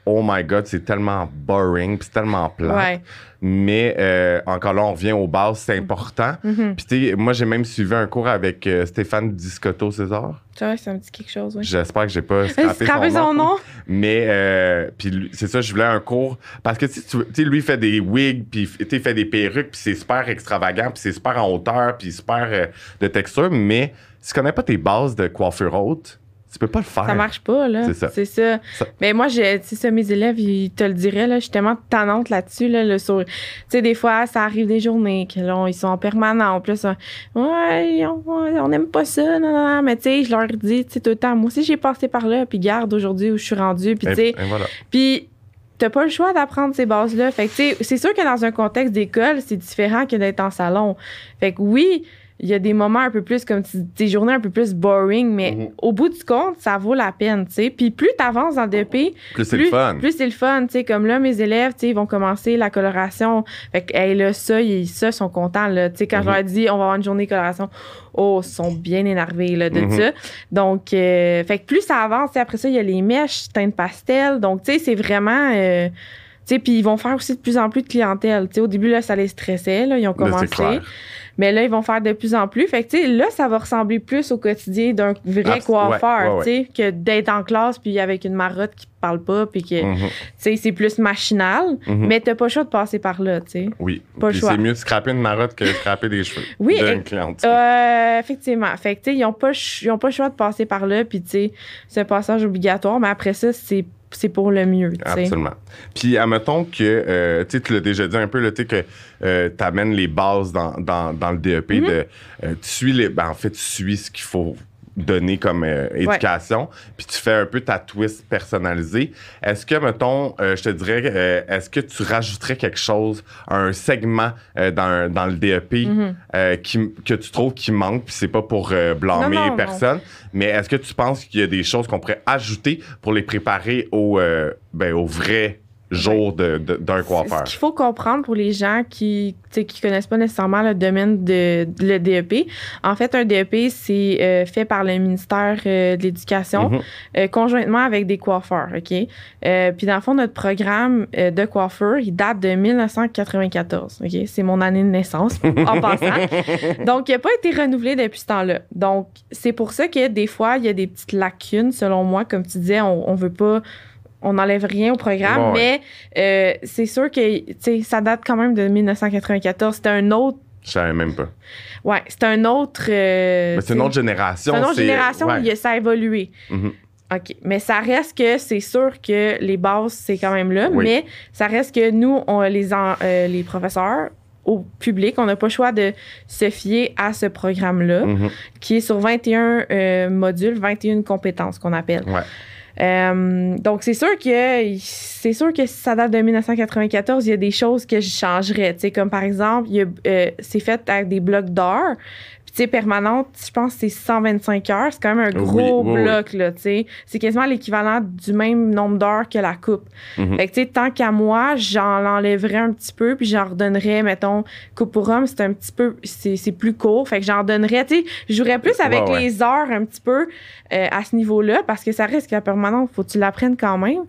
S1: oh my God, c'est tellement boring, puis c'est tellement plat.
S2: Ouais.
S1: Mais euh, encore là, on revient aux bases, c'est important.
S2: Mm-hmm.
S1: Puis tu sais, moi, j'ai même suivi un cours avec euh, Stéphane Discoto-César.
S2: C'est vrai, ça me dit quelque chose, oui.
S1: J'espère que j'ai pas scrappé
S2: Scraper
S1: son,
S2: son
S1: nom.
S2: nom.
S1: Mais euh, puis c'est ça, je voulais un cours parce que tu sais, lui il fait des wigs, puis il fait des perruques, puis c'est super extravagant, puis c'est super en hauteur, puis super euh, de texture. Mais si tu connais pas tes bases de coiffure haute, tu peux pas le faire.
S2: Ça marche pas, là.
S1: C'est ça.
S2: C'est ça. ça. Mais moi, c'est ça, mes élèves, ils te le diraient, là. Je suis tellement tannante là-dessus, là. Le sur... Tu sais, des fois, ça arrive des journées que là, ils sont en permanent. Puis là, ça, ouais, on n'aime pas ça, non, non, non. Mais tu sais, je leur dis, tu sais, tout le temps, moi aussi, j'ai passé par là, puis garde aujourd'hui où je suis rendue, puis tu sais.
S1: Voilà.
S2: Puis t'as pas le choix d'apprendre ces bases-là. Fait que, tu sais, c'est sûr que dans un contexte d'école, c'est différent que d'être en salon. Fait que oui, il y a des moments un peu plus comme des journées un peu plus boring, mais mm-hmm. au bout du compte, ça vaut la peine, tu sais. Puis plus t'avances dans le D E P,
S1: plus c'est le fun.
S2: Plus c'est le fun, tu sais. Comme là, mes élèves, tu sais, ils vont commencer la coloration. Fait que, hey, là, ça, ils ça, sont contents, là. Tu sais, quand mm-hmm. je leur dis, on va avoir une journée de coloration, oh, ils sont bien énervés, là, de mm-hmm. ça. Donc, euh, fait que plus ça avance, tu sais, après ça, il y a les mèches, teintes pastel. Donc, tu sais, c'est vraiment... Euh, tu sais, puis ils vont faire aussi de plus en plus de clientèle. Tu sais, au début, là, ça les stressait, là. Ils ont commencé. Là, mais là, ils vont faire de plus en plus. Fait que, tu sais, là, ça va ressembler plus au quotidien d'un vrai Abs- coiffeur, ouais, ouais, ouais. tu sais, que d'être en classe puis avec une marotte qui parle pas puis que, mm-hmm. tu sais, c'est plus machinal. Mm-hmm. Mais t'as pas le choix de passer par là, tu sais.
S1: Oui.
S2: Pas le choix.
S1: C'est mieux de scraper une marotte que de scraper des cheveux.
S2: Oui.
S1: D'une cliente.
S2: Euh, effectivement. Fait que, tu sais, ils ont pas, ils ont pas le choix de passer par là puis, tu sais, c'est un passage obligatoire. Mais après ça, c'est c'est pour le mieux, tu sais.
S1: Absolument. Puis, admettons que, euh, tu sais, tu l'as déjà dit un peu, tu sais, que euh, tu amènes les bases dans, dans, dans le D E P. Mm-hmm. de, euh, tu suis les, ben, en fait, tu suis ce qu'il faut donner comme euh, éducation, ouais. Puis tu fais un peu ta twist personnalisée. Est-ce que, mettons, euh, je te dirais, euh, est-ce que tu rajouterais quelque chose, un segment euh, dans, dans le D E P mm-hmm. euh, qui, que tu trouves qui manque, puis c'est pas pour euh, blâmer non, non, personne, non. Mais est-ce que tu penses qu'il y a des choses qu'on pourrait ajouter pour les préparer au, euh, ben, au vrai jour de, de, d'un coiffeur?
S2: Ce qu'il faut comprendre pour les gens qui qui connaissent pas nécessairement le domaine de, de le D E P, en fait, un D E P, c'est euh, fait par le ministère euh, de l'Éducation mm-hmm. euh, conjointement avec des coiffeurs, OK? Euh, puis dans le fond, notre programme euh, de coiffeur, il date de dix-neuf cent quatre-vingt-quatorze, OK? C'est mon année de naissance, en passant. Donc, il n'a pas été renouvelé depuis ce temps-là. Donc, c'est pour ça que des fois, il y a des petites lacunes, selon moi. Comme tu disais, on, on veut pas... On n'enlève rien au programme, ouais. mais euh, c'est sûr que ça date quand même de dix-neuf cent quatre-vingt-quatorze. C'était un autre...
S1: Je savais même pas.
S2: Oui, c'est un autre... Euh,
S1: mais c'est une autre génération.
S2: C'est une autre c'est... génération, ouais. il, ça a évolué. Mm-hmm. OK. Mais ça reste que c'est sûr que les bases, c'est quand même là, oui. mais ça reste que nous, on, les, en, euh, les professeurs, au public, on n'a pas le choix de se fier à ce programme-là, mm-hmm. qui est sur vingt et un euh, modules, vingt et une compétences qu'on appelle.
S1: Ouais.
S2: Euh, donc, c'est sûr que c'est sûr que si ça date de dix-neuf cent quatre-vingt-quatorze, il y a des choses que je changerais. Tu sais, comme par exemple, il y a, euh, c'est fait avec des blocs d'heures. Puis, tu sais, permanente, je pense que c'est cent vingt-cinq heures. C'est quand même un gros oui, oui, bloc, oui. là, tu sais. C'est quasiment l'équivalent du même nombre d'heures que la coupe. Mm-hmm. Fait que, tu sais, tant qu'à moi, j'en enlèverais un petit peu, puis j'en redonnerais, mettons, coupe pour homme, c'est un petit peu, c'est, c'est plus court. Fait que j'en donnerais, tu sais, je jouerais plus avec ouais, les ouais. heures un petit peu euh, à ce niveau-là, parce que ça reste que la permanente, faut que tu l'apprennes quand même.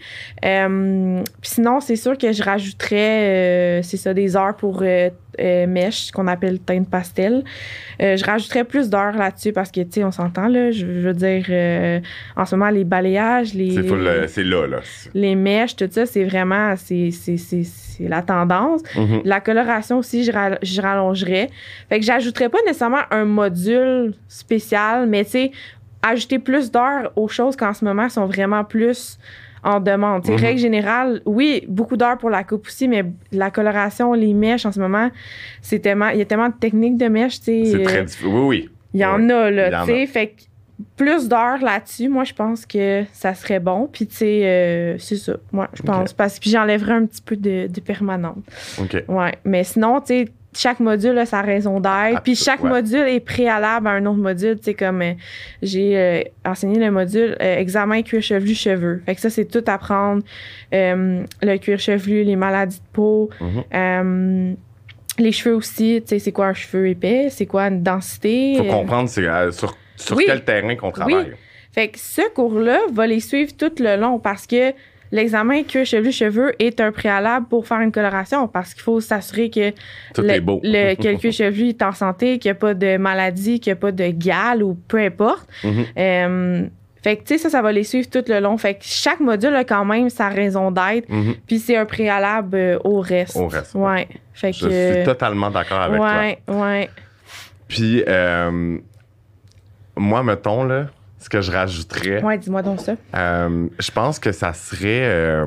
S2: Euh, puis sinon, c'est sûr que je rajouterais, euh, c'est ça, des heures pour euh, euh, mèche, qu'on appelle teinte pastel. Euh, je rajouterais plus d'heures là-dessus parce que, tu sais, on s'entend, là, je, je veux dire, euh, en ce moment, les balayages, les...
S1: C'est, full, euh, c'est là, là.
S2: Les mèches, tout ça, c'est vraiment, c'est, c'est, c'est, c'est la tendance. Mm-hmm. La coloration aussi, je, ra- je rallongerais. Fait que j'ajouterais pas nécessairement un module spécial, mais, tu sais, ajouter plus d'heures aux choses qu'en ce moment sont vraiment plus en demande. Mm-hmm. Règle générale, oui, beaucoup d'heures pour la coupe aussi, mais la coloration, les mèches en ce moment, c'est tellement, il y a tellement de techniques de mèches, tu sais.
S1: C'est très difficile. Oui, oui.
S2: Il y en
S1: oui.
S2: a, là, tu sais. Fait que plus d'heures là-dessus, moi, je pense que ça serait bon. Puis, tu sais, euh, c'est ça, moi, je pense. Okay. Parce que puis j'enlèverais un petit peu de, de permanente.
S1: OK.
S2: Ouais. Mais sinon, tu sais, chaque module a sa raison d'être. Puis chaque ouais. module est préalable à un autre module. Tu sais, comme euh, j'ai euh, enseigné le module euh, examen cuir chevelu cheveux. Fait que ça, c'est tout apprendre. Euh, le cuir chevelu, les maladies de peau. Mm-hmm. Euh, les cheveux aussi. Tu sais, c'est quoi un cheveu épais? C'est quoi une densité?
S1: Faut comprendre c'est, euh, sur, sur oui. quel terrain qu'on travaille.
S2: Oui. Fait que ce cours-là va les suivre tout le long parce que l'examen cuir chevelu cheveux est un préalable pour faire une coloration parce qu'il faut s'assurer que
S1: Tout
S2: le,
S1: est beau.
S2: le, que le cuir chevelu est en santé, qu'il n'y a pas de maladie, qu'il n'y a pas de gale ou peu importe.
S1: Mm-hmm.
S2: Euh, fait que, tu sais, ça, ça va les suivre tout le long. Fait que chaque module a quand même sa raison d'être.
S1: Mm-hmm.
S2: Puis c'est un préalable euh, au reste.
S1: Au reste.
S2: Ouais. Fait
S1: Je
S2: que,
S1: suis totalement d'accord avec
S2: ouais,
S1: toi.
S2: Ouais, ouais.
S1: Puis, euh, moi, mettons, là, ce que je rajouterais,
S2: Ouais, dis-moi donc ça.
S1: euh, je pense que ça serait euh,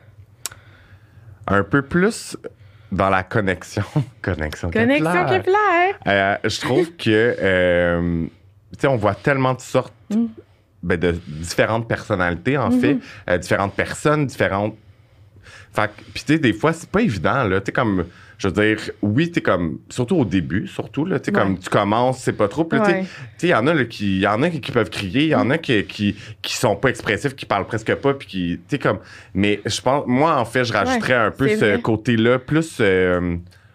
S1: un peu plus dans la connexion. connexion
S2: Connexion
S1: capillaire.
S2: capillaire.
S1: Euh, je trouve que, euh, tu sais, on voit tellement de sortes,
S2: Mm.
S1: ben, de différentes personnalités, en
S2: Mm-hmm.
S1: fait, euh, différentes personnes, différentes. Fait que, puis tu sais, des fois, c'est pas évident, là. Tu sais, comme, je veux dire, oui, t'es comme, surtout au début, surtout, là, tu sais,
S2: Ouais.
S1: comme tu commences, c'est pas trop. Puis là, tu sais,
S2: Ouais.
S1: tu sais, il y en a, là, qui, y en a qui, qui peuvent crier, il y en a qui, qui, qui sont pas expressifs, qui parlent presque pas, puis qui, tu sais, comme, mais je pense, moi, en fait, je rajouterais
S2: Ouais,
S1: un peu
S2: c'est
S1: ce
S2: vrai.
S1: côté-là, plus euh,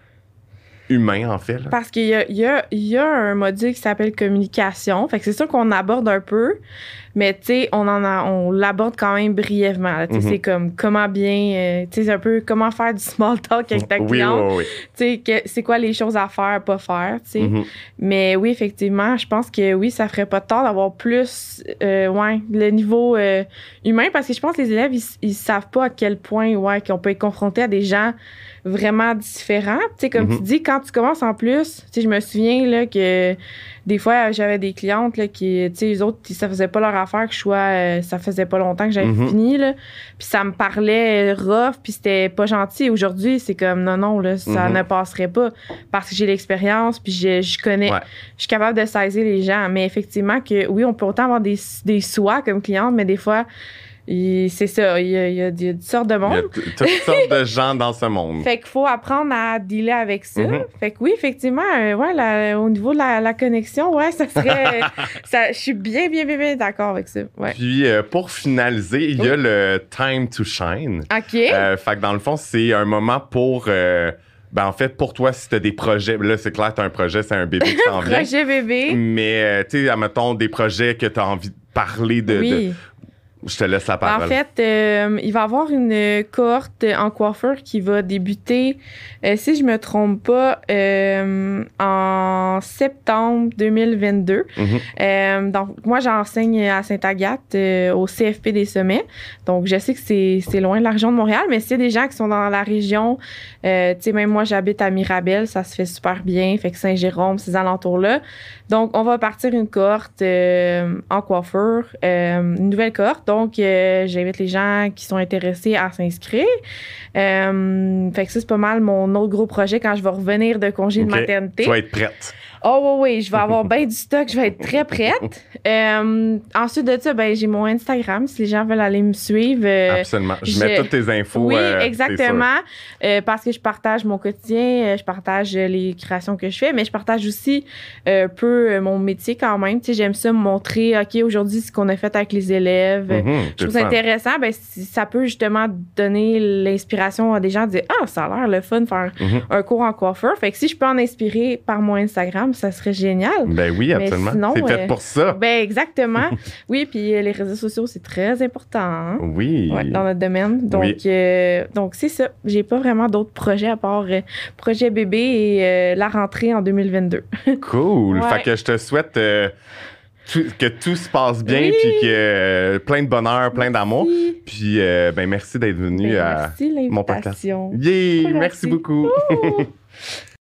S1: humain, en fait, là.
S2: Parce qu'il y a, il y, a, il y a un module qui s'appelle communication. Fait que c'est sûr qu'on aborde un peu, mais tu sais, on en a, on l'aborde quand même brièvement. là. Tu sais,
S1: Mhm.
S2: C'est comme comment bien, euh, tu sais, un peu comment faire du small talk avec ta
S1: Oui,
S2: cliente.
S1: oui, oui.
S2: Tu sais, que- c'est quoi les choses à faire, pas faire, tu sais.
S1: Mhm.
S2: Mais oui, effectivement, je pense que oui, ça ferait pas de tort d'avoir plus, euh, ouais, le niveau euh, humain, parce que je pense que les élèves, ils, ils savent pas à quel point, ouais, qu'on peut être confronté à des gens vraiment différents. Tu sais, comme
S1: Mhm.
S2: tu dis, quand tu commences en plus, tu sais, je me souviens, là, que des fois, j'avais des clientes, là, qui, tu sais, eux autres, ça faisait pas leur affaire que je sois, euh, ça faisait pas longtemps que j'avais
S1: Mhm.
S2: fini, là. Puis ça me parlait rough, puis c'était pas gentil. Aujourd'hui, c'est comme, non, non, là, ça
S1: Mhm.
S2: ne passerait pas parce que j'ai l'expérience, puis je, je connais,
S1: Ouais.
S2: je suis capable de saisir les gens. Mais effectivement, que oui, on peut autant avoir des, des soies comme cliente, mais des fois, il- c'est ça, il y a, il y a- il y a toutes sortes de
S1: Il y a
S2: monde.
S1: t- toutes sortes de gens dans ce monde.
S2: Fait qu'il faut apprendre à dealer avec ça.
S1: Mhm.
S2: Fait que oui, effectivement, euh, ouais, la- au niveau de la, la connexion, ouais, ça serait. ça, je suis bien, bien, bien, bien d'accord avec ça. Ouais.
S1: Puis, euh, pour finaliser, il y a
S2: Oui.
S1: le time to shine.
S2: OK.
S1: Euh, fait que dans le fond, c'est un moment pour. euh, ben, en fait, pour toi, si tu as des projets, là, c'est clair, tu as un projet, c'est un bébé qui s'en vient.
S2: Projet bébé.
S1: Mais, euh, tu sais, admettons, des projets que tu as envie de parler de,
S2: oui.
S1: de- Je te laisse la
S2: En
S1: parole.
S2: fait, euh, il va y avoir une cohorte en coiffeur qui va débuter, euh, si je me trompe pas, euh, en septembre deux mille vingt-deux.
S1: Mhm.
S2: Euh, donc, moi, j'enseigne à Sainte-Agathe, euh, au C F P des Sommets. Donc, je sais que c'est, c'est loin de la région de Montréal, mais s'il y a des gens qui sont dans la région, euh, tu sais, même moi, j'habite à Mirabel, ça se fait super bien. Fait que Saint-Jérôme, ces alentours-là. Donc, on va partir une cohorte euh, en coiffure, euh, une nouvelle cohorte. Donc, euh, j'invite les gens qui sont intéressés à s'inscrire. Euh, fait que ça, c'est pas mal mon autre gros projet quand je vais revenir de congé
S1: Ok.
S2: de maternité.
S1: Tu vas être prête.
S2: Oh oui, oui, je vais avoir bien du stock, je vais être très prête. Euh, ensuite de ça, ben, j'ai mon Instagram, si les gens veulent aller me suivre. euh,
S1: Absolument. Je
S2: je-
S1: mets toutes tes infos.
S2: oui,
S1: euh, c'est
S2: exactement. Euh, parce que je partage mon quotidien, euh, je partage euh, les créations que je fais, mais je partage aussi euh, un peu euh, mon métier quand même. Tu sais, j'aime ça me montrer, OK, aujourd'hui, ce qu'on a fait avec les élèves.
S1: sûr. Mhm,
S2: Je
S1: c'est
S2: trouve ça
S1: le fun.
S2: intéressant. Ben, si ça peut justement donner l'inspiration à des gens de dire, ah, ça a l'air le fun de faire
S1: Mhm.
S2: un cours en coiffeur. Fait que si je peux en inspirer par mon Instagram, ça serait génial.
S1: Ben oui,
S2: Mais
S1: absolument.
S2: sinon,
S1: c'est fait
S2: euh,
S1: pour ça.
S2: Ben, exactement. Oui, puis euh, les réseaux sociaux, c'est très important. hein.
S1: Oui.
S2: Ouais, dans notre domaine. Donc,
S1: Oui.
S2: euh, donc c'est ça. J'ai pas vraiment d'autres projets à part euh, projet bébé et euh, la rentrée en deux mille vingt-deux.
S1: Cool.
S2: Ouais.
S1: Fait que je te souhaite euh, tout- que tout se passe bien,
S2: Oui.
S1: puis que euh, plein de bonheur, plein d'amour.
S2: Merci.
S1: Puis, euh, ben merci d'être venu
S2: Ben,
S1: à
S2: merci de
S1: mon podcast.
S2: l'invitation.
S1: Yeah!
S2: Merci.
S1: Merci beaucoup.
S2: Oh!